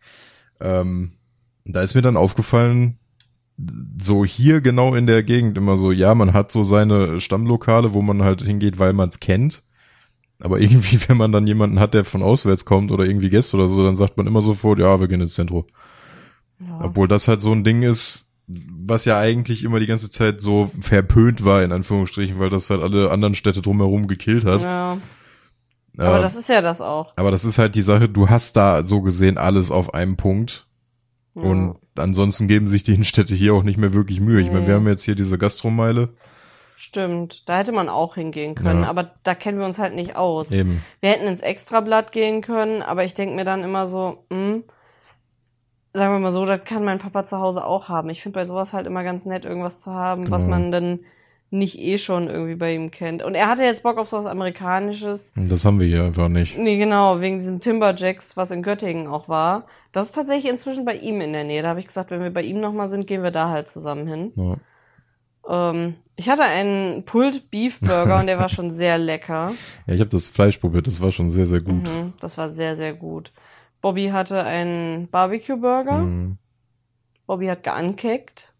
Da ist mir dann aufgefallen, so hier genau in der Gegend immer so, ja, man hat so seine Stammlokale, wo man halt hingeht, weil man es kennt. Aber irgendwie, wenn man dann jemanden hat, der von auswärts kommt oder irgendwie Gäste oder so, dann sagt man immer sofort, ja, wir gehen ins Zentrum. ja. Obwohl das halt so ein Ding ist, was ja eigentlich immer die ganze Zeit so verpönt war, in Anführungsstrichen, weil das halt alle anderen Städte drumherum gekillt hat. Ja. Aber Ähm, das ist ja das auch. aber das ist halt die Sache, du hast da so gesehen alles auf einem Punkt. Ja. Und ansonsten geben sich die Innenstädte hier auch nicht mehr wirklich Mühe. Ich meine, wir Nee. haben jetzt hier diese Gastromeile. Stimmt, da hätte man auch hingehen können, Ja. aber da kennen wir uns halt nicht aus. Eben. Wir hätten ins Extrablatt gehen können, aber ich denke mir dann immer so, sagen wir mal so, das kann mein Papa zu Hause auch haben. Ich finde bei sowas halt immer ganz nett, irgendwas zu haben, was Genau. man dann nicht schon irgendwie bei ihm kennt. Und er hatte jetzt Bock auf sowas Amerikanisches. Und das haben wir hier einfach nicht. Nee, genau, wegen diesem Timberjacks, was in Göttingen auch war. Das ist tatsächlich inzwischen bei ihm in der Nähe. Da habe ich gesagt, wenn wir bei ihm nochmal sind, gehen wir da halt zusammen hin. Ja. Ich hatte einen Pulled Beef Burger und der war schon sehr lecker. Ja, ich habe das Fleisch probiert, das war schon sehr, sehr gut. Das war sehr, sehr gut. Bobby hatte einen Barbecue Burger. Mhm. Bobby hat geankeckt.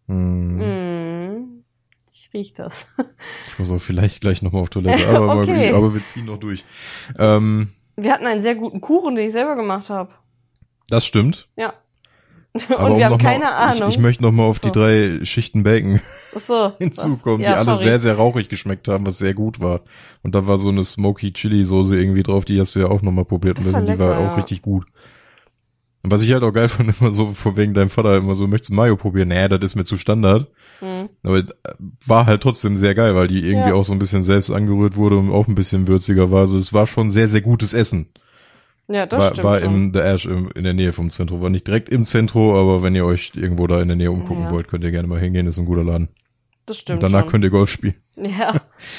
Mhm. Ich riech das. Ich muss auch vielleicht gleich nochmal auf Toilette, aber, Okay. aber wir ziehen noch durch. Wir hatten einen sehr guten Kuchen, den ich selber gemacht habe. Das stimmt. Ja. Aber Und wir haben noch keine mal, Ahnung. Ich möchte noch mal auf So. die 3 Schichten Bacon Achso, hinzukommen, ja, die alle sorry. sehr, sehr rauchig geschmeckt haben, was sehr gut war. Und da war so eine Smoky Chili Soße irgendwie drauf, die hast du ja auch noch mal probiert Das und war die war lecker, auch ja. richtig gut. Und was ich halt auch geil fand, immer so von wegen deinem Vater immer so, möchtest du Mayo probieren? Nee, das ist mir zu Standard. Aber war halt trotzdem sehr geil, weil die irgendwie Ja. auch so ein bisschen selbst angerührt wurde und auch ein bisschen würziger war. Also es war schon sehr, sehr gutes Essen. Ja, das War, stimmt war schon. im The Ash in der Nähe vom Zentrum. War nicht direkt im Zentrum, aber wenn ihr euch irgendwo da in der Nähe umgucken Ja. wollt, könnt ihr gerne mal hingehen. Ist ein guter Laden. Das stimmt Und danach schon. könnt ihr Golf spielen. Ja.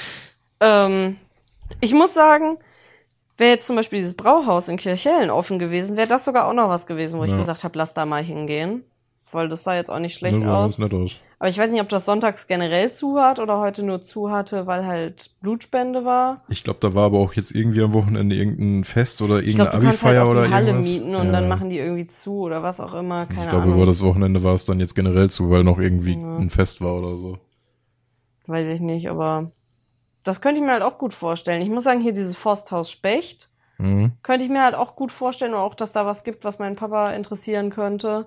Ich muss sagen, wäre jetzt zum Beispiel dieses Brauhaus in Kirchhellen offen gewesen, wäre das sogar auch noch was gewesen, wo ich Ja. gesagt habe, lass da mal hingehen. Weil das sah jetzt auch nicht schlecht Das sah aus. ganz nett aus. Aber ich weiß nicht, ob das sonntags generell zu hat oder heute nur zu hatte, weil halt Blutspende war. Ich glaube, da war aber auch jetzt irgendwie am Wochenende irgendein Fest oder Ich irgendeine glaube, du kannst halt Abi-Feier auch oder die Halle irgendwas. mieten und Ja. dann machen die irgendwie zu oder was auch immer. Keine Ich glaube, Ahnung. über das Wochenende war es dann jetzt generell zu, weil noch irgendwie ein Fest war oder so. Weiß ich nicht, aber das könnte ich mir halt auch gut vorstellen. Ich muss sagen, hier dieses Forsthaus Specht Mhm. könnte ich mir halt auch gut vorstellen, oder auch, dass da was gibt, was meinen Papa interessieren könnte.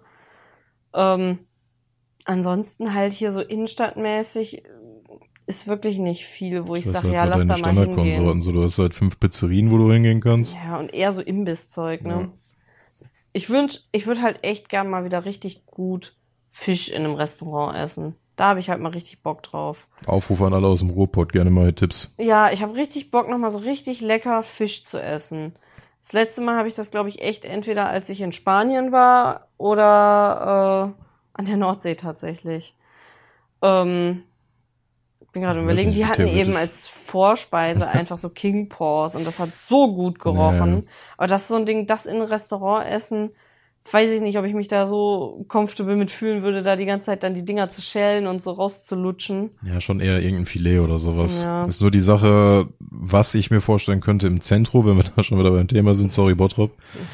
Ansonsten halt hier so innenstadtmäßig ist wirklich nicht viel, wo ich Das sage, ist ja, halt so lass da deine mal Standardkonsorten. hingehen. So, du hast halt 5 Pizzerien, wo du hingehen kannst. Ja, und eher so Imbisszeug, ne? Ja. Ich würde halt echt gern mal wieder richtig gut Fisch in einem Restaurant essen. Da habe ich halt mal richtig Bock drauf. Aufruf an alle aus dem Ruhrpott, gerne mal Tipps. Ja, ich habe richtig Bock, nochmal so richtig lecker Fisch zu essen. Das letzte Mal habe ich das, glaube ich, echt entweder als ich in Spanien war oder an der Nordsee tatsächlich. Bin gerade weiß überlegen, nicht, die hatten theoretisch. eben als Vorspeise einfach so King Paws und das hat so gut gerochen. Ja. Aber das ist so ein Ding, das in ein Restaurant essen, weiß ich nicht, ob ich mich da so comfortable mit fühlen würde, da die ganze Zeit dann die Dinger zu schälen und so rauszulutschen. Ja, schon eher irgendein Filet oder sowas. Ja. Ist nur die Sache, was ich mir vorstellen könnte im Zentrum, wenn wir da schon wieder beim Thema sind, sorry Bottrop.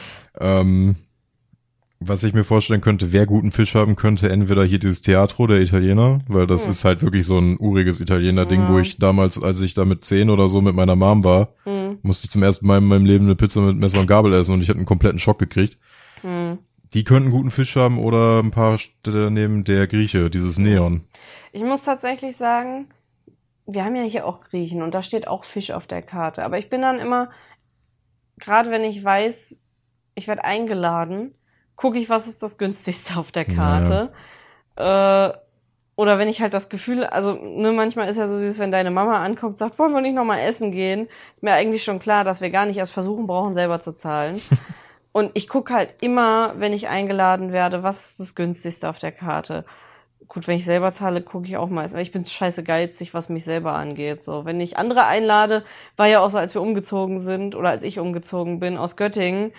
Was ich mir vorstellen könnte, wer guten Fisch haben könnte, entweder hier dieses Teatro der Italiener, weil das ist halt wirklich so ein uriges Italiener-Ding, wo ich damals, als ich da mit 10 oder so mit meiner Mom war, musste ich zum ersten Mal in meinem Leben eine Pizza mit Messer und Gabel essen und ich hatte einen kompletten Schock gekriegt. Die könnten guten Fisch haben oder ein paar Städte daneben der Grieche, dieses Neon. Ich muss tatsächlich sagen, wir haben ja hier auch Griechen und da steht auch Fisch auf der Karte. Aber ich bin dann immer, gerade wenn ich weiß, ich werde eingeladen, gucke ich, was ist das günstigste auf der Karte. Oder wenn ich halt das Gefühl, also ne, manchmal ist ja so dieses, wenn deine Mama ankommt, sagt, wollen wir nicht nochmal essen gehen, ist mir eigentlich schon klar, dass wir gar nicht erst versuchen brauchen, selber zu zahlen. Und ich gucke halt immer, wenn ich eingeladen werde, was ist das günstigste auf der Karte. Gut, wenn ich selber zahle, gucke ich auch meist, weil ich bin scheiße geizig, was mich selber angeht. So, wenn ich andere einlade, war ja auch so, als wir umgezogen sind oder als ich umgezogen bin aus Göttingen.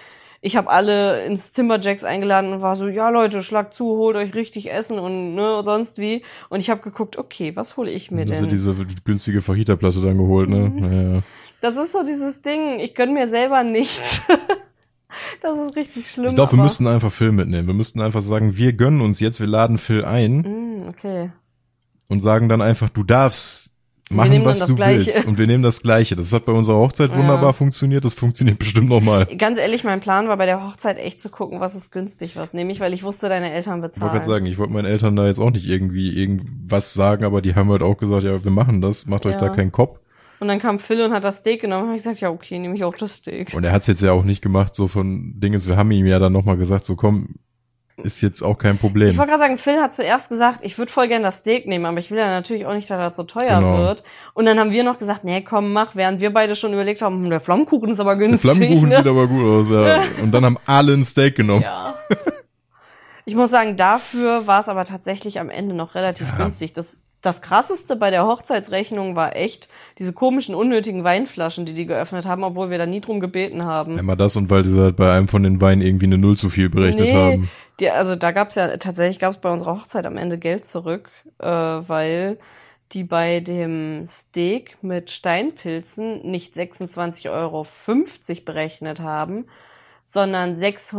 Ich habe alle ins Timberjacks eingeladen und war so, ja Leute, schlagt zu, holt euch richtig Essen und ne, sonst wie. Und ich habe geguckt, okay, was hole ich mir Das ist denn? ja diese günstige Fajita-Platte dann geholt, ne? Naja. Das ist so dieses Ding, ich gönn mir selber nichts. Das ist richtig schlimm. Ich glaube, wir müssten einfach Phil mitnehmen. Wir müssten einfach sagen, wir gönnen uns jetzt, wir laden Phil ein Okay. und sagen dann einfach, du darfst machen, was du willst. Und wir nehmen das Gleiche. Das hat bei unserer Hochzeit wunderbar funktioniert. Das funktioniert bestimmt nochmal. Ganz ehrlich, mein Plan war bei der Hochzeit echt zu gucken, was ist günstig, was nehme ich, weil ich wusste, deine Eltern bezahlen. Ich wollte gerade sagen, ich wollte meinen Eltern da jetzt auch nicht irgendwie irgendwas sagen, aber die haben halt auch gesagt, ja, wir machen das, macht euch da keinen Kopf. Und dann kam Phil und hat das Steak genommen. Und habe ich gesagt, ja, okay, nehme ich auch das Steak. Und er hat es jetzt ja auch nicht gemacht, so von Dinges. Wir haben ihm ja dann nochmal gesagt, so komm, ist jetzt auch kein Problem. Ich wollte gerade sagen, Phil hat zuerst gesagt, ich würde voll gern das Steak nehmen, aber ich will ja natürlich auch nicht, dass das so teuer wird. Und dann haben wir noch gesagt, nee, komm, mach, während wir beide schon überlegt haben, der Flammkuchen ist aber günstig. Der Flammkuchen sieht aber gut aus, ja. Und dann haben alle ein Steak genommen. Ja. Ich muss sagen, dafür war es aber tatsächlich am Ende noch relativ günstig. Das Krasseste bei der Hochzeitsrechnung war echt diese komischen, unnötigen Weinflaschen, die geöffnet haben, obwohl wir da nie drum gebeten haben. Einmal das und weil sie halt bei einem von den Weinen irgendwie eine Null zu viel berechnet haben. Also da gab's bei unserer Hochzeit am Ende Geld zurück, weil die bei dem Steak mit Steinpilzen nicht 26,50 € berechnet haben, sondern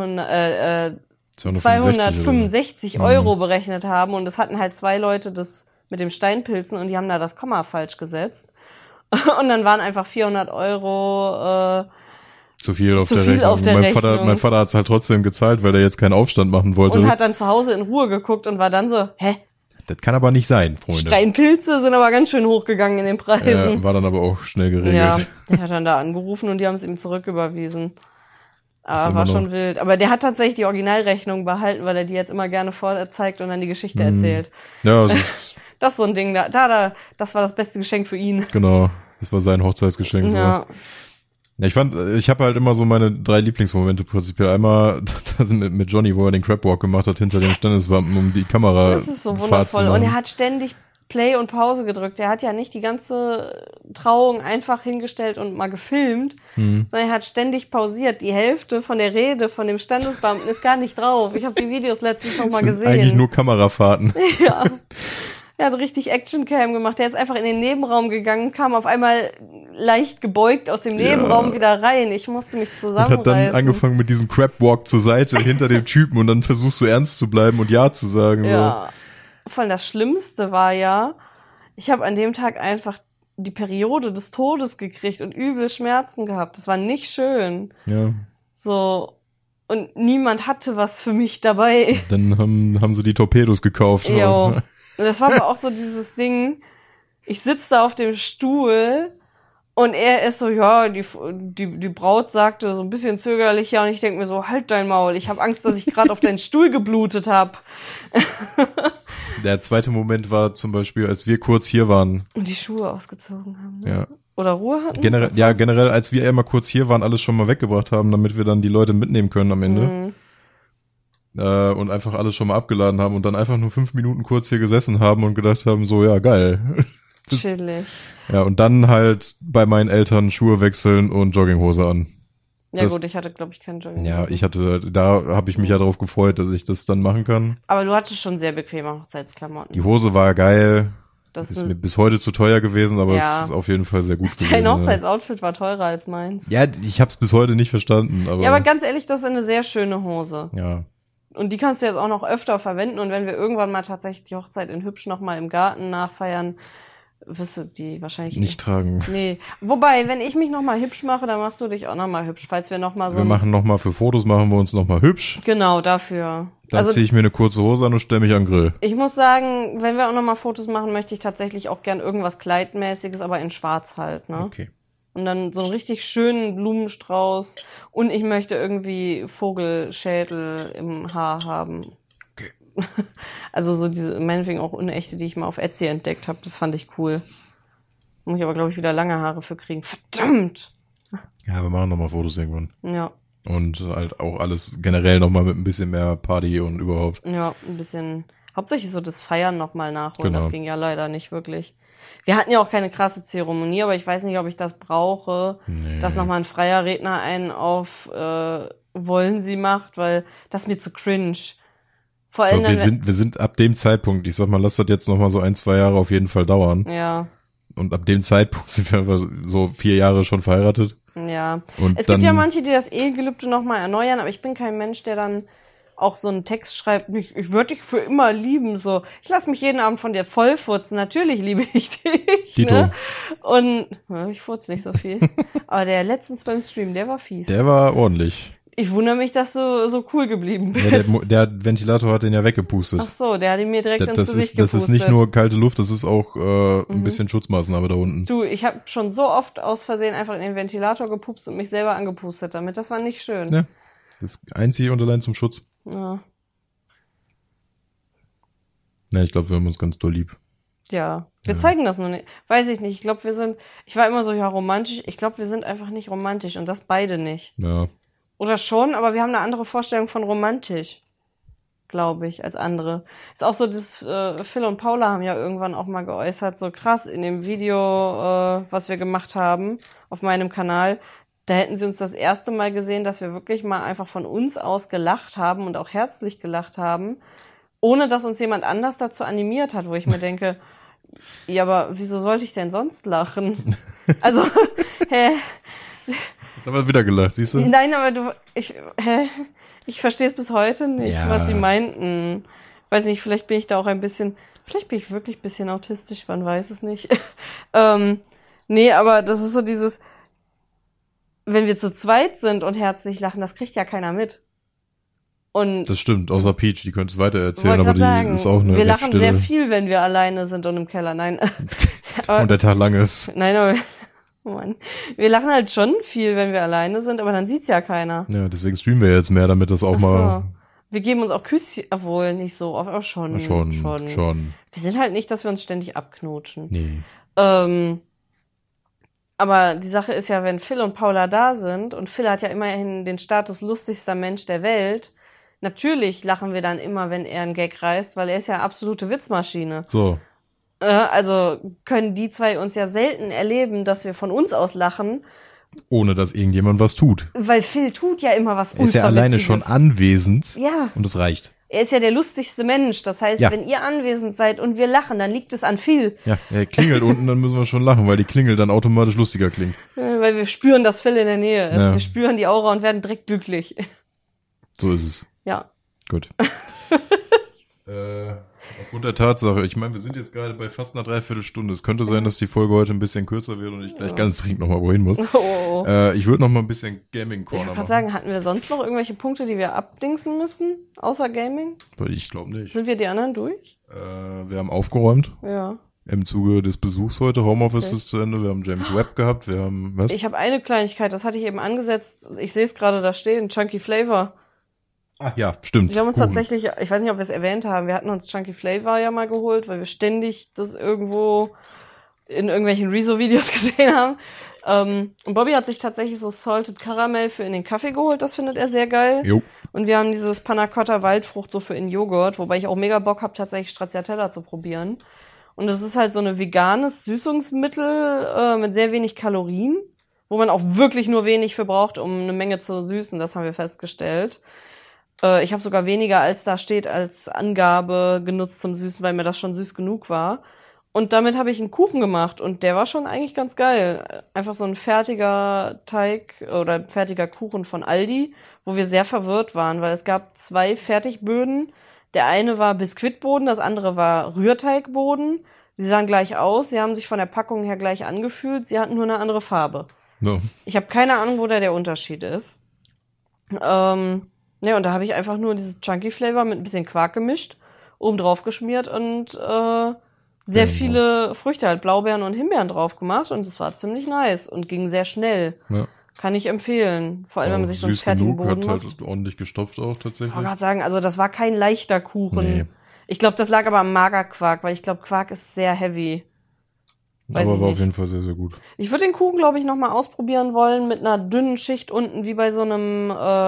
265 € berechnet haben. Und es hatten halt 2 Leute das mit dem Steinpilzen und die haben da das Komma falsch gesetzt. Und dann waren einfach 400 € zu viel auf der Rechnung. Mein Vater hat es halt trotzdem gezahlt, weil er jetzt keinen Aufstand machen wollte. Und hat dann zu Hause in Ruhe geguckt und war dann so, hä? Das kann aber nicht sein, Freunde. Steinpilze sind aber ganz schön hochgegangen in den Preisen. War dann aber auch schnell geregelt. Ja, der hat dann da angerufen und die haben es ihm zurücküberwiesen. Aber war schon wild. Aber der hat tatsächlich die Originalrechnung behalten, weil er die jetzt immer gerne vorzeigt und dann die Geschichte erzählt. Ja, das ist so ein Ding, das war das beste Geschenk für ihn. Genau, das war sein Hochzeitsgeschenk. So. Ja, ich habe halt immer so meine 3 Lieblingsmomente prinzipiell. Einmal das mit Johnny, wo er den Crabwalk gemacht hat hinter dem Standesbeamten, um die Kamera Das ist so wundervoll. Und er hat ständig Play und Pause gedrückt. Er hat ja nicht die ganze Trauung einfach hingestellt und mal gefilmt, sondern er hat ständig pausiert. Die Hälfte von der Rede von dem Standesbeamten ist gar nicht drauf. Ich habe die Videos letztens noch mal gesehen. Eigentlich nur Kamerafahrten. Ja. Er hat richtig Actioncam gemacht. Der ist einfach in den Nebenraum gegangen, kam auf einmal leicht gebeugt aus dem Nebenraum wieder rein. Ich musste mich zusammenreißen. Und hat dann angefangen mit diesem Crabwalk zur Seite hinter dem Typen und dann versuchst du ernst zu bleiben und Ja zu sagen. Ja. Vor allem das Schlimmste war ja, ich habe an dem Tag einfach die Periode des Todes gekriegt und übel Schmerzen gehabt. Das war nicht schön. Ja. So. Und niemand hatte was für mich dabei. Dann haben sie die Torpedos gekauft. Jo. Das war aber auch so dieses Ding, ich sitze da auf dem Stuhl und er ist so, ja, die Braut sagte so ein bisschen zögerlich, ja, und ich denke mir so, halt dein Maul, ich habe Angst, dass ich gerade auf deinen Stuhl geblutet habe. Der zweite Moment war zum Beispiel, als wir kurz hier waren. Und die Schuhe ausgezogen haben. Ne? Ja. Oder Ruhe hatten? Generell, als wir einmal kurz hier waren, alles schon mal weggebracht haben, damit wir dann die Leute mitnehmen können am Ende. Und einfach alles schon mal abgeladen haben und dann einfach nur 5 Minuten kurz hier gesessen haben und gedacht haben, so, ja, geil. Chillig. Ja, und dann halt bei meinen Eltern Schuhe wechseln und Jogginghose an. Ja gut, ich hatte, glaube ich, keinen Jogginghose. Ja, da habe ich mich ja darauf gefreut, dass ich das dann machen kann. Aber du hattest schon sehr bequeme Hochzeitsklamotten. Die Hose war geil. Das ist mir bis heute zu teuer gewesen, aber es ist auf jeden Fall sehr gut gewesen. Dein Hochzeitsoutfit war teurer als meins. Ja, ich habe es bis heute nicht verstanden. Aber ganz ehrlich, das ist eine sehr schöne Hose. Ja. Und die kannst du jetzt auch noch öfter verwenden. Und wenn wir irgendwann mal tatsächlich die Hochzeit in Hübsch noch mal im Garten nachfeiern, wirst du die wahrscheinlich nicht tragen. Nee. Wobei, wenn ich mich noch mal hübsch mache, dann machst du dich auch noch mal hübsch, falls wir noch mal so... Wir machen noch mal für Fotos, machen wir uns noch mal hübsch. Genau, dafür. Dann ziehe ich mir eine kurze Hose an und stelle mich an den Grill. Ich muss sagen, wenn wir auch noch mal Fotos machen, möchte ich tatsächlich auch gern irgendwas Kleidmäßiges, aber in Schwarz halt, ne? Okay. Und dann so einen richtig schönen Blumenstrauß. Und ich möchte irgendwie Vogelschädel im Haar haben. Okay. Also so diese, meinetwegen auch unechte, die ich mal auf Etsy entdeckt habe. Das fand ich cool. Muss ich aber, glaube ich, wieder lange Haare für kriegen. Verdammt! Ja, wir machen nochmal Fotos irgendwann. Ja. Und halt auch alles generell nochmal mit ein bisschen mehr Party und überhaupt. Ja, ein bisschen. Hauptsächlich so das Feiern nochmal nachholen. Genau. Das ging ja leider nicht wirklich. Wir hatten ja auch keine krasse Zeremonie, aber ich weiß nicht, ob ich das brauche, dass nochmal ein freier Redner einen auf wollen sie macht, weil das ist mir zu cringe. Vor So, allem wir sind ab dem Zeitpunkt, ich sag mal, lass das jetzt noch mal so 1-2 Jahre auf jeden Fall dauern. ja. Und ab dem Zeitpunkt sind wir einfach so 4 Jahre schon verheiratet. Ja. Und Es dann, gibt ja manche, die das Ehegelübde nochmal erneuern, aber ich bin kein Mensch, der dann auch so einen Text schreibt, ich würde dich für immer lieben, so. Ich lasse mich jeden Abend von dir vollfurzen, natürlich liebe ich dich. Dito. Ne? Und ja, ich furze nicht so viel. Aber der letztens beim Stream, der war fies. Der war ordentlich. Ich wundere mich, dass du so cool geblieben Ja, bist. der Ventilator hat den ja weggepustet. Ach so, der hat ihn mir direkt ins Das Gesicht das gepustet. ist nicht nur kalte Luft, das ist auch ein bisschen Schutzmaßnahme da unten. Du, ich habe schon so oft aus Versehen einfach in den Ventilator gepupst und mich selber angepustet damit. Das war nicht schön. Ja, das einzige und allein zum Schutz. Ja. Ja, ich glaube, wir haben uns ganz doll lieb. Ja, wir zeigen das nur nicht. Weiß ich nicht. Ich war immer so, ja, romantisch. Ich glaube, wir sind einfach nicht romantisch und das beide nicht. Ja. Oder schon, aber wir haben eine andere Vorstellung von romantisch, glaube ich, als andere. Ist auch so, Phil und Paula haben ja irgendwann auch mal geäußert, so krass in dem Video, was wir gemacht haben auf meinem Kanal. Da hätten sie uns das erste Mal gesehen, dass wir wirklich mal einfach von uns aus gelacht haben und auch herzlich gelacht haben, ohne dass uns jemand anders dazu animiert hat, wo ich mir denke, ja, aber wieso sollte ich denn sonst lachen? Also, Jetzt haben wir wieder gelacht, siehst du? Nein, aber ich verstehe es bis heute nicht, Ja. was sie meinten. Weiß nicht, vielleicht bin ich wirklich ein bisschen autistisch, man weiß es nicht. Nee, aber das ist so dieses, wenn wir zu zweit sind und herzlich lachen, das kriegt ja keiner mit. Und Das stimmt, außer Peach, die könnte es weiter erzählen, wollte aber die grad sagen, ist auch eine wir recht lachen stille. sehr viel, wenn wir alleine sind und im Keller. Nein. Und der Tag lang ist. Nein, aber oh Mann. Wir lachen halt schon viel, wenn wir alleine sind, aber dann sieht's ja keiner. Ja, deswegen streamen wir jetzt mehr, damit das auch Ach so. mal Wir geben uns auch Küsschen, obwohl nicht so oft, aber schon. schon. Wir sind halt nicht, dass wir uns ständig abknutschen. Nee. Aber die Sache ist ja, wenn Phil und Paula da sind, und Phil hat ja immerhin den Status lustigster Mensch der Welt, natürlich lachen wir dann immer, wenn er einen Gag reißt, weil er ist ja absolute Witzmaschine. So. Also können die zwei uns ja selten erleben, dass wir von uns aus lachen, Ohne dass irgendjemand was tut. weil Phil tut ja immer was Er ist ja alleine Ultrawitziges. schon anwesend. Ja. Und es reicht. Er ist ja der lustigste Mensch. Das heißt, Ja. wenn ihr anwesend seid und wir lachen, dann liegt es an Phil. Ja, er klingelt unten, dann müssen wir schon lachen, weil die Klingel dann automatisch lustiger klingt. Weil wir spüren, dass Phil in der Nähe ist. Ja. Wir spüren die Aura und werden direkt glücklich. So ist es. Ja. Gut. Aufgrund der Tatsache, ich meine, wir sind jetzt gerade bei fast einer Dreiviertelstunde. Es könnte sein, dass die Folge heute ein bisschen kürzer wird und ich gleich ganz dringend nochmal wohin muss. Oh. Ich würde noch mal ein bisschen Gaming Ich Corner wollte machen. gerade sagen, hatten wir sonst noch irgendwelche Punkte, die wir abdingsen müssen, außer Gaming? Weil ich glaube nicht. Sind wir die anderen durch? Wir haben aufgeräumt Ja. im Zuge des Besuchs heute. Homeoffice Okay. ist zu Ende. Wir haben James Webb gehabt. Wir haben, was? Ich habe eine Kleinigkeit, das hatte ich eben angesetzt. Ich sehe es gerade da stehen, Chunky Flavor. Ach ja, stimmt. Wir haben uns Kuchen. tatsächlich, ich weiß nicht, ob wir es erwähnt haben, wir hatten uns Chunky Flavor ja mal geholt, weil wir ständig das irgendwo in irgendwelchen Rezo-Videos gesehen haben. Und Bobby hat sich tatsächlich so Salted Caramel für in den Kaffee geholt, das findet er sehr geil. Jo. Und wir haben dieses Panna Cotta Waldfrucht so für in Joghurt, wobei ich auch mega Bock habe, tatsächlich Stracciatella zu probieren. Und das ist halt so ein veganes Süßungsmittel mit sehr wenig Kalorien, wo man auch wirklich nur wenig für braucht, um eine Menge zu süßen, das haben wir festgestellt. Ich habe sogar weniger, als da steht, als Angabe genutzt zum Süßen, weil mir das schon süß genug war. Und damit habe ich einen Kuchen gemacht und der war schon eigentlich ganz geil. Einfach so ein fertiger Teig oder ein fertiger Kuchen von Aldi, wo wir sehr verwirrt waren, weil es gab 2 Fertigböden. Der eine war Biskuitboden, das andere war Rührteigboden. Sie sahen gleich aus, sie haben sich von der Packung her gleich angefühlt, sie hatten nur eine andere Farbe. So. Ich habe keine Ahnung, wo da der Unterschied ist. Ne, und da habe ich einfach nur dieses Chunky Flavor mit ein bisschen Quark gemischt, oben drauf geschmiert und sehr viele Früchte, halt Blaubeeren und Himbeeren drauf gemacht und es war ziemlich nice und ging sehr schnell. Ja. Kann ich empfehlen. Vor allem, wenn man sich so einen süß fertigen genug, Boden hat macht. halt ordentlich gestopft auch tatsächlich. Ich wollte gerade sagen, also das war kein leichter Kuchen. Nee. Ich glaube, das lag aber am Magerquark, weil ich glaube, Quark ist sehr heavy. Weiß Aber ich war nicht. auf jeden Fall sehr, sehr gut. Ich würde den Kuchen, glaube ich, nochmal ausprobieren wollen mit einer dünnen Schicht unten, wie bei so einem,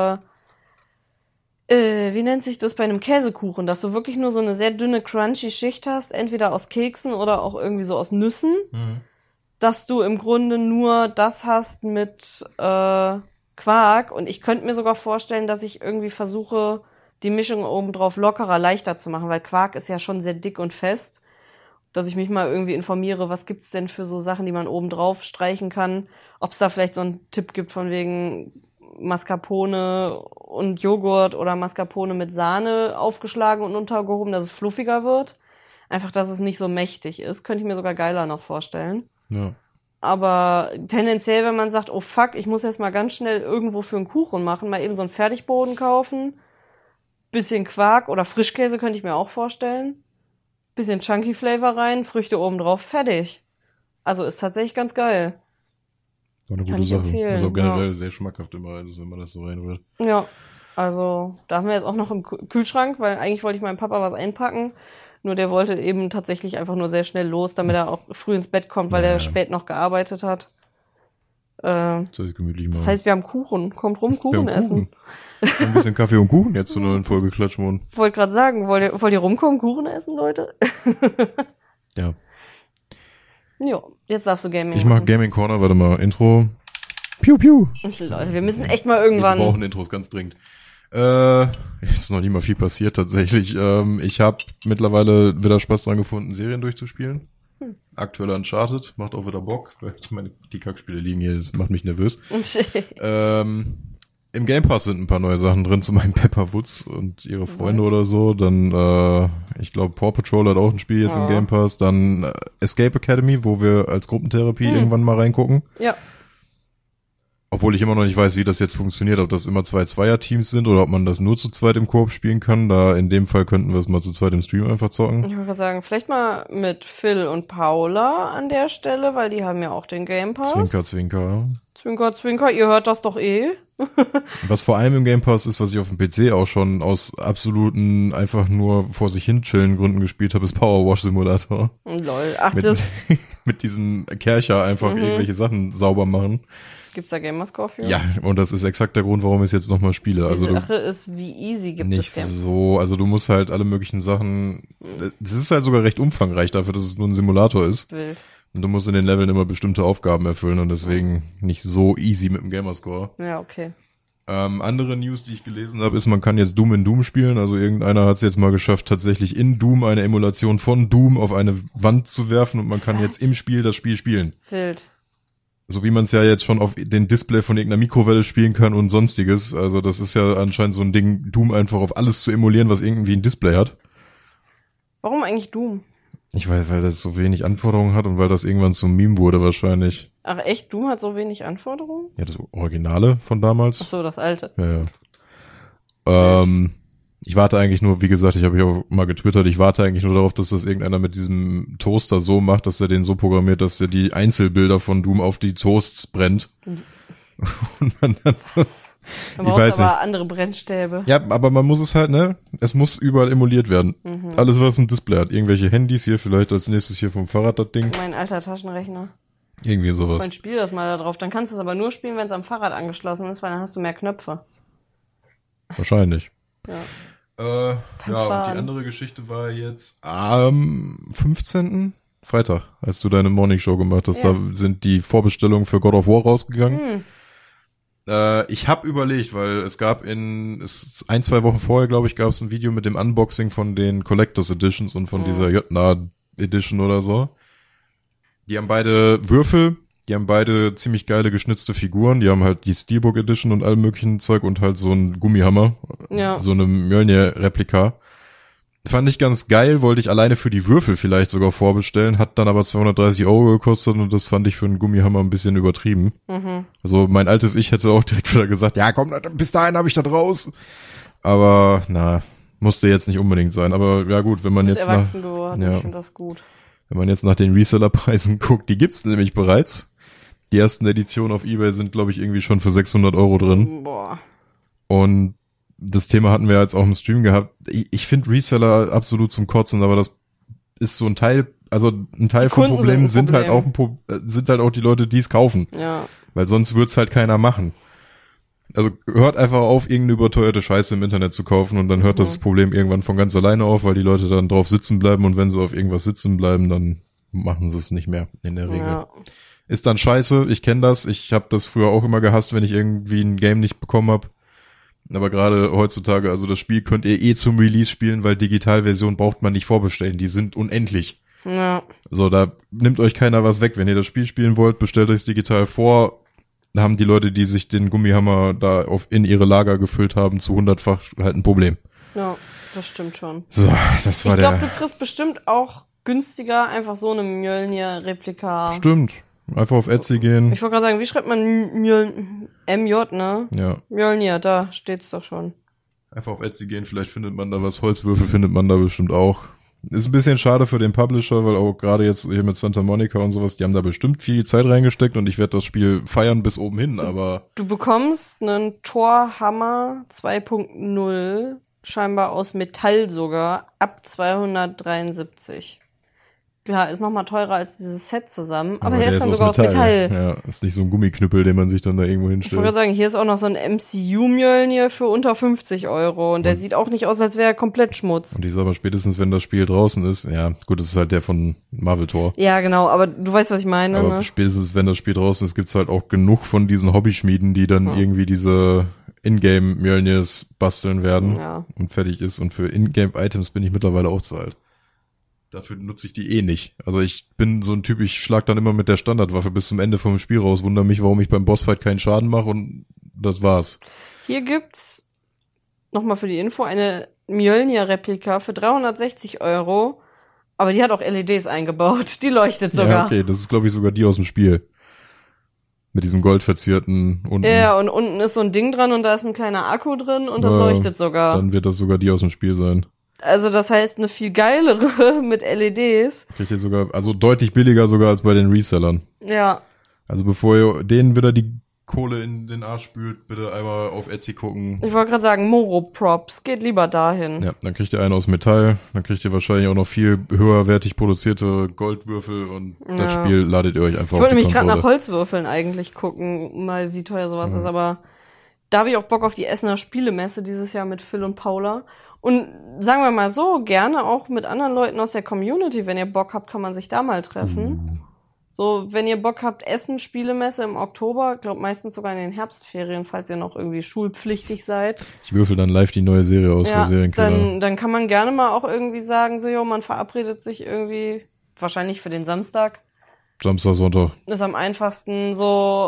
wie nennt sich das, bei einem Käsekuchen, dass du wirklich nur so eine sehr dünne, crunchy Schicht hast, entweder aus Keksen oder auch irgendwie so aus Nüssen, dass du im Grunde nur das hast mit Quark und ich könnte mir sogar vorstellen, dass ich irgendwie versuche, die Mischung obendrauf lockerer, leichter zu machen, weil Quark ist ja schon sehr dick und fest, dass ich mich mal irgendwie informiere, was gibt's denn für so Sachen, die man obendrauf streichen kann, ob es da vielleicht so einen Tipp gibt von wegen Mascarpone und Joghurt oder Mascarpone mit Sahne aufgeschlagen und untergehoben, dass es fluffiger wird. Einfach, dass es nicht so mächtig ist. Könnte ich mir sogar geiler noch vorstellen. Ja. Aber tendenziell, wenn man sagt, oh fuck, ich muss jetzt mal ganz schnell irgendwo für einen Kuchen machen, mal eben so einen Fertigboden kaufen, bisschen Quark oder Frischkäse könnte ich mir auch vorstellen, bisschen Chunky Flavor rein, Früchte oben drauf, fertig. Also ist tatsächlich ganz geil. War eine Kann gute ich Sache. empfehlen, Also generell ja. sehr schmackhaft immer, also wenn man das so reinrührt. Ja, also da haben wir jetzt auch noch im Kühlschrank, weil eigentlich wollte ich meinem Papa was einpacken, nur der wollte eben tatsächlich einfach nur sehr schnell los, damit er auch früh ins Bett kommt, weil Ja. er spät noch gearbeitet hat. Soll ich gemütlich machen. Das heißt, wir haben Kuchen. Kommt rum, Wir Kuchen haben essen. Ein bisschen Kaffee und Kuchen jetzt zur neuen Folge Klatschmond. Wollte gerade sagen, wollt ihr rumkommen, Kuchen essen, Leute? Ja. Jo, jetzt darfst du Gaming Ich mach machen. Gaming Corner, warte mal, Intro. Piu, piu. Leute, wir müssen echt mal Wir irgendwann... brauchen Intros ganz dringend. Ist noch nie mal viel passiert tatsächlich. Ich habe mittlerweile wieder Spaß dran gefunden, Serien durchzuspielen. Aktuell Uncharted, macht auch wieder Bock. Die Kackspiele liegen hier, das macht mich nervös. Im Game Pass sind ein paar neue Sachen drin, zum einen Pepper Woods und ihre Freunde oder so. Dann, ich glaube, Paw Patrol hat auch ein Spiel jetzt im Game Pass. Dann Escape Academy, wo wir als Gruppentherapie irgendwann mal reingucken. Ja. Obwohl ich immer noch nicht weiß, wie das jetzt funktioniert, ob das immer 2 Zweierteams sind oder ob man das nur zu zweit im Koop spielen kann. Da in dem Fall könnten wir es mal zu zweit im Stream einfach zocken. Ich würde sagen, vielleicht mal mit Phil und Paula an der Stelle, weil die haben ja auch den Game Pass. Zwinker, zwinker. Zwinker, zwinker, ihr hört das doch eh. Was vor allem im Game Pass ist, was ich auf dem PC auch schon aus absoluten einfach nur vor sich hin chillen Gründen gespielt habe, ist Power Wash Simulator. Lol, ach, Mit, das mit diesem Kercher einfach irgendwelche Sachen sauber machen. gibt's da Gamerscore für? Ja, und das ist exakt der Grund, warum ich es jetzt nochmal spiele. Die Also Sache ist, wie easy gibt nicht es Game? so, also du musst halt alle möglichen Sachen, das ist halt sogar recht umfangreich dafür, dass es nur ein Simulator ist. Wild. Und du musst in den Leveln immer bestimmte Aufgaben erfüllen und deswegen nicht so easy mit dem Gamerscore. Ja, okay. Andere News, die ich gelesen habe, ist, man kann jetzt Doom in Doom spielen. Also irgendeiner hat es jetzt mal geschafft, tatsächlich in Doom eine Emulation von Doom auf eine Wand zu werfen und man kann jetzt im Spiel das Spiel spielen. Wild. So wie man es ja jetzt schon auf den Display von irgendeiner Mikrowelle spielen kann und sonstiges. Also das ist ja anscheinend so ein Ding, Doom einfach auf alles zu emulieren, was irgendwie ein Display hat. Warum eigentlich Doom? Ich weiß, weil das so wenig Anforderungen hat und weil das irgendwann zum Meme wurde wahrscheinlich. Ach echt, Doom hat so wenig Anforderungen? Ja, das Originale von damals. Ach so, das alte. Ja. Ich warte eigentlich nur, wie gesagt, ich habe hier auch mal getwittert, ich warte eigentlich nur darauf, dass das irgendeiner mit diesem Toaster so macht, dass er den so programmiert, dass er die Einzelbilder von Doom auf die Toasts brennt. Und man dann so, Man ich braucht weiß aber nicht. andere Brennstäbe. Ja, aber man muss es halt, ne? Es muss überall emuliert werden. Alles, was ein Display hat. Irgendwelche Handys hier, vielleicht als nächstes hier vom Fahrrad das Ding. Mein alter Taschenrechner. Irgendwie sowas. Mein Spiel das mal da drauf. Dann kannst du es aber nur spielen, wenn es am Fahrrad angeschlossen ist, weil dann hast du mehr Knöpfe. Wahrscheinlich. Ja. Ja, und fahren. die andere Geschichte war jetzt am 15. Freitag, als du deine Morningshow gemacht hast. Ja. Da sind die Vorbestellungen für God of War rausgegangen. Ich habe überlegt, weil es gab 1-2 Wochen vorher, glaube ich, gab es ein Video mit dem Unboxing von den Collectors Editions und von dieser Jötnar Edition oder so. Die haben beide Würfel, die haben beide ziemlich geile geschnitzte Figuren, die haben halt die Steelbook Edition und all möglichen Zeug und halt so einen Gummihammer, Ja. so eine Mjölnir-Replika. Fand ich ganz geil, wollte ich alleine für die Würfel vielleicht sogar vorbestellen, hat dann aber 230 € gekostet und das fand ich für einen Gummihammer ein bisschen übertrieben. Also mein altes Ich hätte auch direkt wieder gesagt, ja komm, bis dahin habe ich das raus. Aber musste jetzt nicht unbedingt sein. Aber ja gut, wenn man Du bist jetzt erwachsen geworden. ja. Ich finde das gut. Wenn man jetzt nach den Resellerpreisen guckt, die gibt's nämlich bereits. Die ersten Editionen auf eBay sind, glaube ich, irgendwie schon für 600 € drin. Boah. Und das Thema hatten wir jetzt auch im Stream gehabt. Ich finde Reseller absolut zum Kotzen, aber das ist so ein Teil, also ein Teil Die vom Kunden Problem sind ein Problem. sind halt auch die Leute, die es kaufen. Ja. Weil sonst wird's halt keiner machen. Also hört einfach auf, irgendeine überteuerte Scheiße im Internet zu kaufen und dann hört das Problem irgendwann von ganz alleine auf, weil die Leute dann drauf sitzen bleiben und wenn sie auf irgendwas sitzen bleiben, dann machen sie es nicht mehr in der Regel. Ja. Ist dann scheiße, ich kenne das. Ich habe das früher auch immer gehasst, wenn ich irgendwie ein Game nicht bekommen habe. Aber gerade heutzutage, also das Spiel könnt ihr zum Release spielen, weil Digitalversion braucht man nicht vorbestellen. Die sind unendlich. Ja. So, da nimmt euch keiner was weg. Wenn ihr das Spiel spielen wollt, bestellt euch digital vor. Da haben die Leute, die sich den Gummihammer da in ihre Lager gefüllt haben, zu 100-fach halt ein Problem. Ja, das stimmt schon. So, das war ich glaube, du kriegst bestimmt auch günstiger einfach so eine Mjölnir-Replika. Stimmt. Einfach auf Etsy gehen. Ich wollte gerade sagen, wie schreibt man MJ, ne? Ja. Mjölnir, da steht's doch schon. Einfach auf Etsy gehen, vielleicht findet man da was. Holzwürfel findet man da bestimmt auch. Ist ein bisschen schade für den Publisher, weil auch gerade jetzt hier mit Santa Monica und sowas, die haben da bestimmt viel Zeit reingesteckt und ich werde das Spiel feiern bis oben hin, aber... Du bekommst einen Thor-Hammer 2.0, scheinbar aus Metall sogar, ab 273. Klar, ist nochmal teurer als dieses Set zusammen, aber der ist dann sogar aus Metall. Ja, ist nicht so ein Gummiknüppel, den man sich dann da irgendwo Ich hinstellt. wollte gerade sagen, hier ist auch noch so ein MCU-Mjölnir für unter 50 Euro und der sieht auch nicht aus, als wäre er komplett Schmutz. Und ich sag mal, spätestens wenn das Spiel draußen ist, ja, gut, das ist halt der von Marvel Thor. Ja, genau, aber du weißt, was ich meine, aber ne? Spätestens wenn das Spiel draußen ist, gibt's halt auch genug von diesen Hobbyschmieden, die dann irgendwie diese Ingame-Mjölnirs basteln werden und fertig ist. Und für Ingame-Items bin ich mittlerweile auch zu alt. Dafür nutze ich die nicht. Also ich bin so ein Typ, ich schlag dann immer mit der Standardwaffe bis zum Ende vom Spiel raus, wundere mich, warum ich beim Bossfight keinen Schaden mache und das war's. Hier gibt's, nochmal für die Info, eine Mjölnir-Replika für 360 Euro, aber die hat auch LEDs eingebaut. Die leuchtet sogar. Ja, okay, das ist glaube ich sogar die aus dem Spiel. Mit diesem goldverzierten unten. Ja, und unten ist so ein Ding dran und da ist ein kleiner Akku drin und das leuchtet sogar. Dann wird das sogar die aus dem Spiel sein. Also das heißt eine viel geilere mit LEDs. Kriegt ihr sogar, also deutlich billiger sogar als bei den Resellern. Ja. Also bevor ihr denen wieder die Kohle in den Arsch spült, bitte einmal auf Etsy gucken. Ich wollte gerade sagen, Moro Props, geht lieber dahin. Ja, dann kriegt ihr einen aus Metall, dann kriegt ihr wahrscheinlich auch noch viel höherwertig produzierte Goldwürfel und das Spiel ladet ihr euch einfach auf die Konsole. Ich wollte nämlich gerade nach Holzwürfeln eigentlich gucken, mal wie teuer sowas ist, aber da habe ich auch Bock auf die Essener Spielemesse dieses Jahr mit Phil und Paula. Und sagen wir mal so, gerne auch mit anderen Leuten aus der Community, wenn ihr Bock habt, kann man sich da mal treffen. So, wenn ihr Bock habt, Essen, Spielemesse im Oktober, glaub meistens sogar in den Herbstferien, falls ihr noch irgendwie schulpflichtig seid. Ich würfel dann live die neue Serie aus für Serienkiller. Dann kann man gerne mal auch irgendwie sagen, so, jo, man verabredet sich irgendwie, wahrscheinlich für den Samstag. Samstag, Sonntag. Ist am einfachsten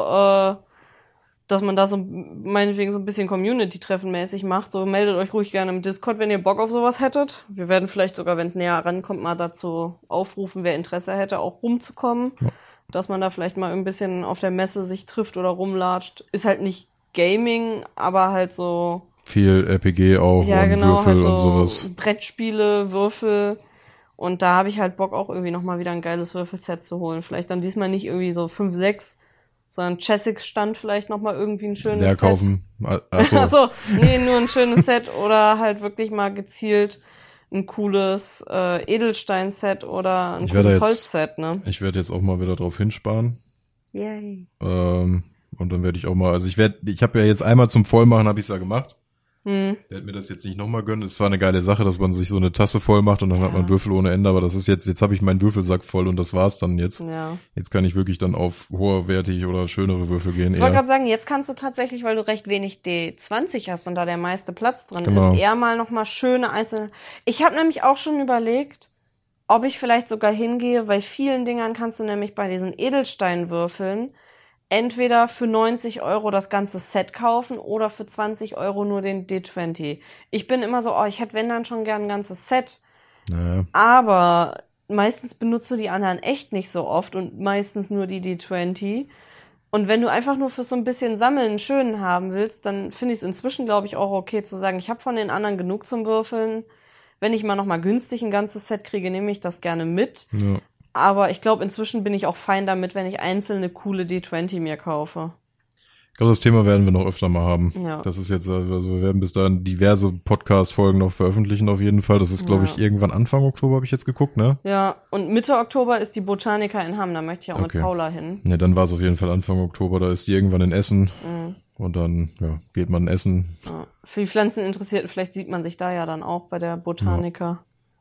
so, dass man da so meinetwegen so ein bisschen Community-Treffen mäßig macht. So, meldet euch ruhig gerne im Discord, wenn ihr Bock auf sowas hättet. Wir werden vielleicht sogar, wenn es näher rankommt, mal dazu aufrufen, wer Interesse hätte, auch rumzukommen. Ja. Dass man da vielleicht mal ein bisschen auf der Messe sich trifft oder rumlatscht. Ist halt nicht Gaming, aber halt so... Viel RPG auch und Würfel halt so und sowas. Brettspiele, Würfel. Und da habe ich halt Bock auch irgendwie nochmal wieder ein geiles Würfelset zu holen. Vielleicht dann diesmal nicht irgendwie so 5, 6... sondern Chessex stand vielleicht nochmal irgendwie ein schönes Set. Kaufen. Achso, nee, nur ein schönes Set oder halt wirklich mal gezielt ein cooles Edelstein-Set oder ein cooles Holzset, ne? Ich werde jetzt auch mal wieder drauf hinsparen. Yay. Und dann werde ich auch mal, also ich habe ja jetzt einmal zum Vollmachen, habe ich es ja gemacht. Ich werde mir das jetzt nicht nochmal gönnen. Es war eine geile Sache, dass man sich so eine Tasse voll macht und dann hat man Würfel ohne Ende, aber das ist jetzt habe ich meinen Würfelsack voll und das war's dann jetzt. Ja. Jetzt kann ich wirklich dann auf hoherwertig oder schönere Würfel gehen. Ich wollte gerade sagen, jetzt kannst du tatsächlich, weil du recht wenig D20 hast und da der meiste Platz drin ist, eher mal nochmal schöne einzelne. Ich habe nämlich auch schon überlegt, ob ich vielleicht sogar hingehe, bei vielen Dingern kannst du nämlich bei diesen Edelsteinwürfeln entweder für 90 Euro das ganze Set kaufen oder für 20 Euro nur den D20. Ich bin immer so, ich hätte wenn dann schon gern ein ganzes Set. Naja. Aber meistens benutzt du die anderen echt nicht so oft und meistens nur die D20. Und wenn du einfach nur für so ein bisschen Sammeln einen schönen haben willst, dann finde ich es inzwischen, glaube ich, auch okay zu sagen, ich habe von den anderen genug zum Würfeln. Wenn ich mal nochmal günstig ein ganzes Set kriege, nehme ich das gerne mit. Ja. Aber ich glaube, inzwischen bin ich auch fein damit, wenn ich einzelne coole D20 mir kaufe. Ich glaube, das Thema werden wir noch öfter mal haben. Ja. Das ist jetzt, also wir werden bis dahin diverse Podcast-Folgen noch veröffentlichen auf jeden Fall. Das ist, glaube ich, irgendwann Anfang Oktober, habe ich jetzt geguckt, ne? Ja, und Mitte Oktober ist die Botanica in Hamm, da möchte ich auch mit Paula hin. Ja, dann war es auf jeden Fall Anfang Oktober, da ist die irgendwann in Essen. Und dann, geht man essen. Ja. Für die Pflanzeninteressierten, vielleicht sieht man sich da ja dann auch bei der Botanica. Ja.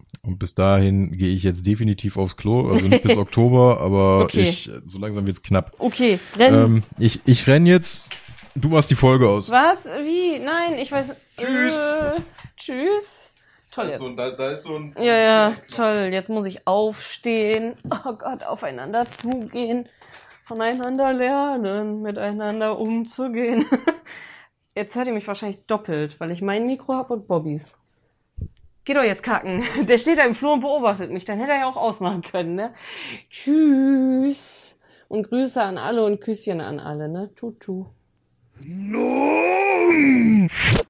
Und bis dahin gehe ich jetzt definitiv aufs Klo. Also nicht bis Oktober, aber Okay. so langsam wird's knapp. Okay, renn. Ich renn jetzt. Du machst die Folge aus. Was? Wie? Nein, ich weiß. Tschüss. Tschüss. Toll. Da ist so ein... Ja, toll. Jetzt muss ich aufstehen. Oh Gott, aufeinander zugehen. Voneinander lernen, miteinander umzugehen. Jetzt hört ihr mich wahrscheinlich doppelt, weil ich mein Mikro habe und Bobbys. Geh doch jetzt kacken. Der steht da im Flur und beobachtet mich. Dann hätte er ja auch ausmachen können, ne? Tschüss. Und Grüße an alle und Küsschen an alle, ne? Tutu. No!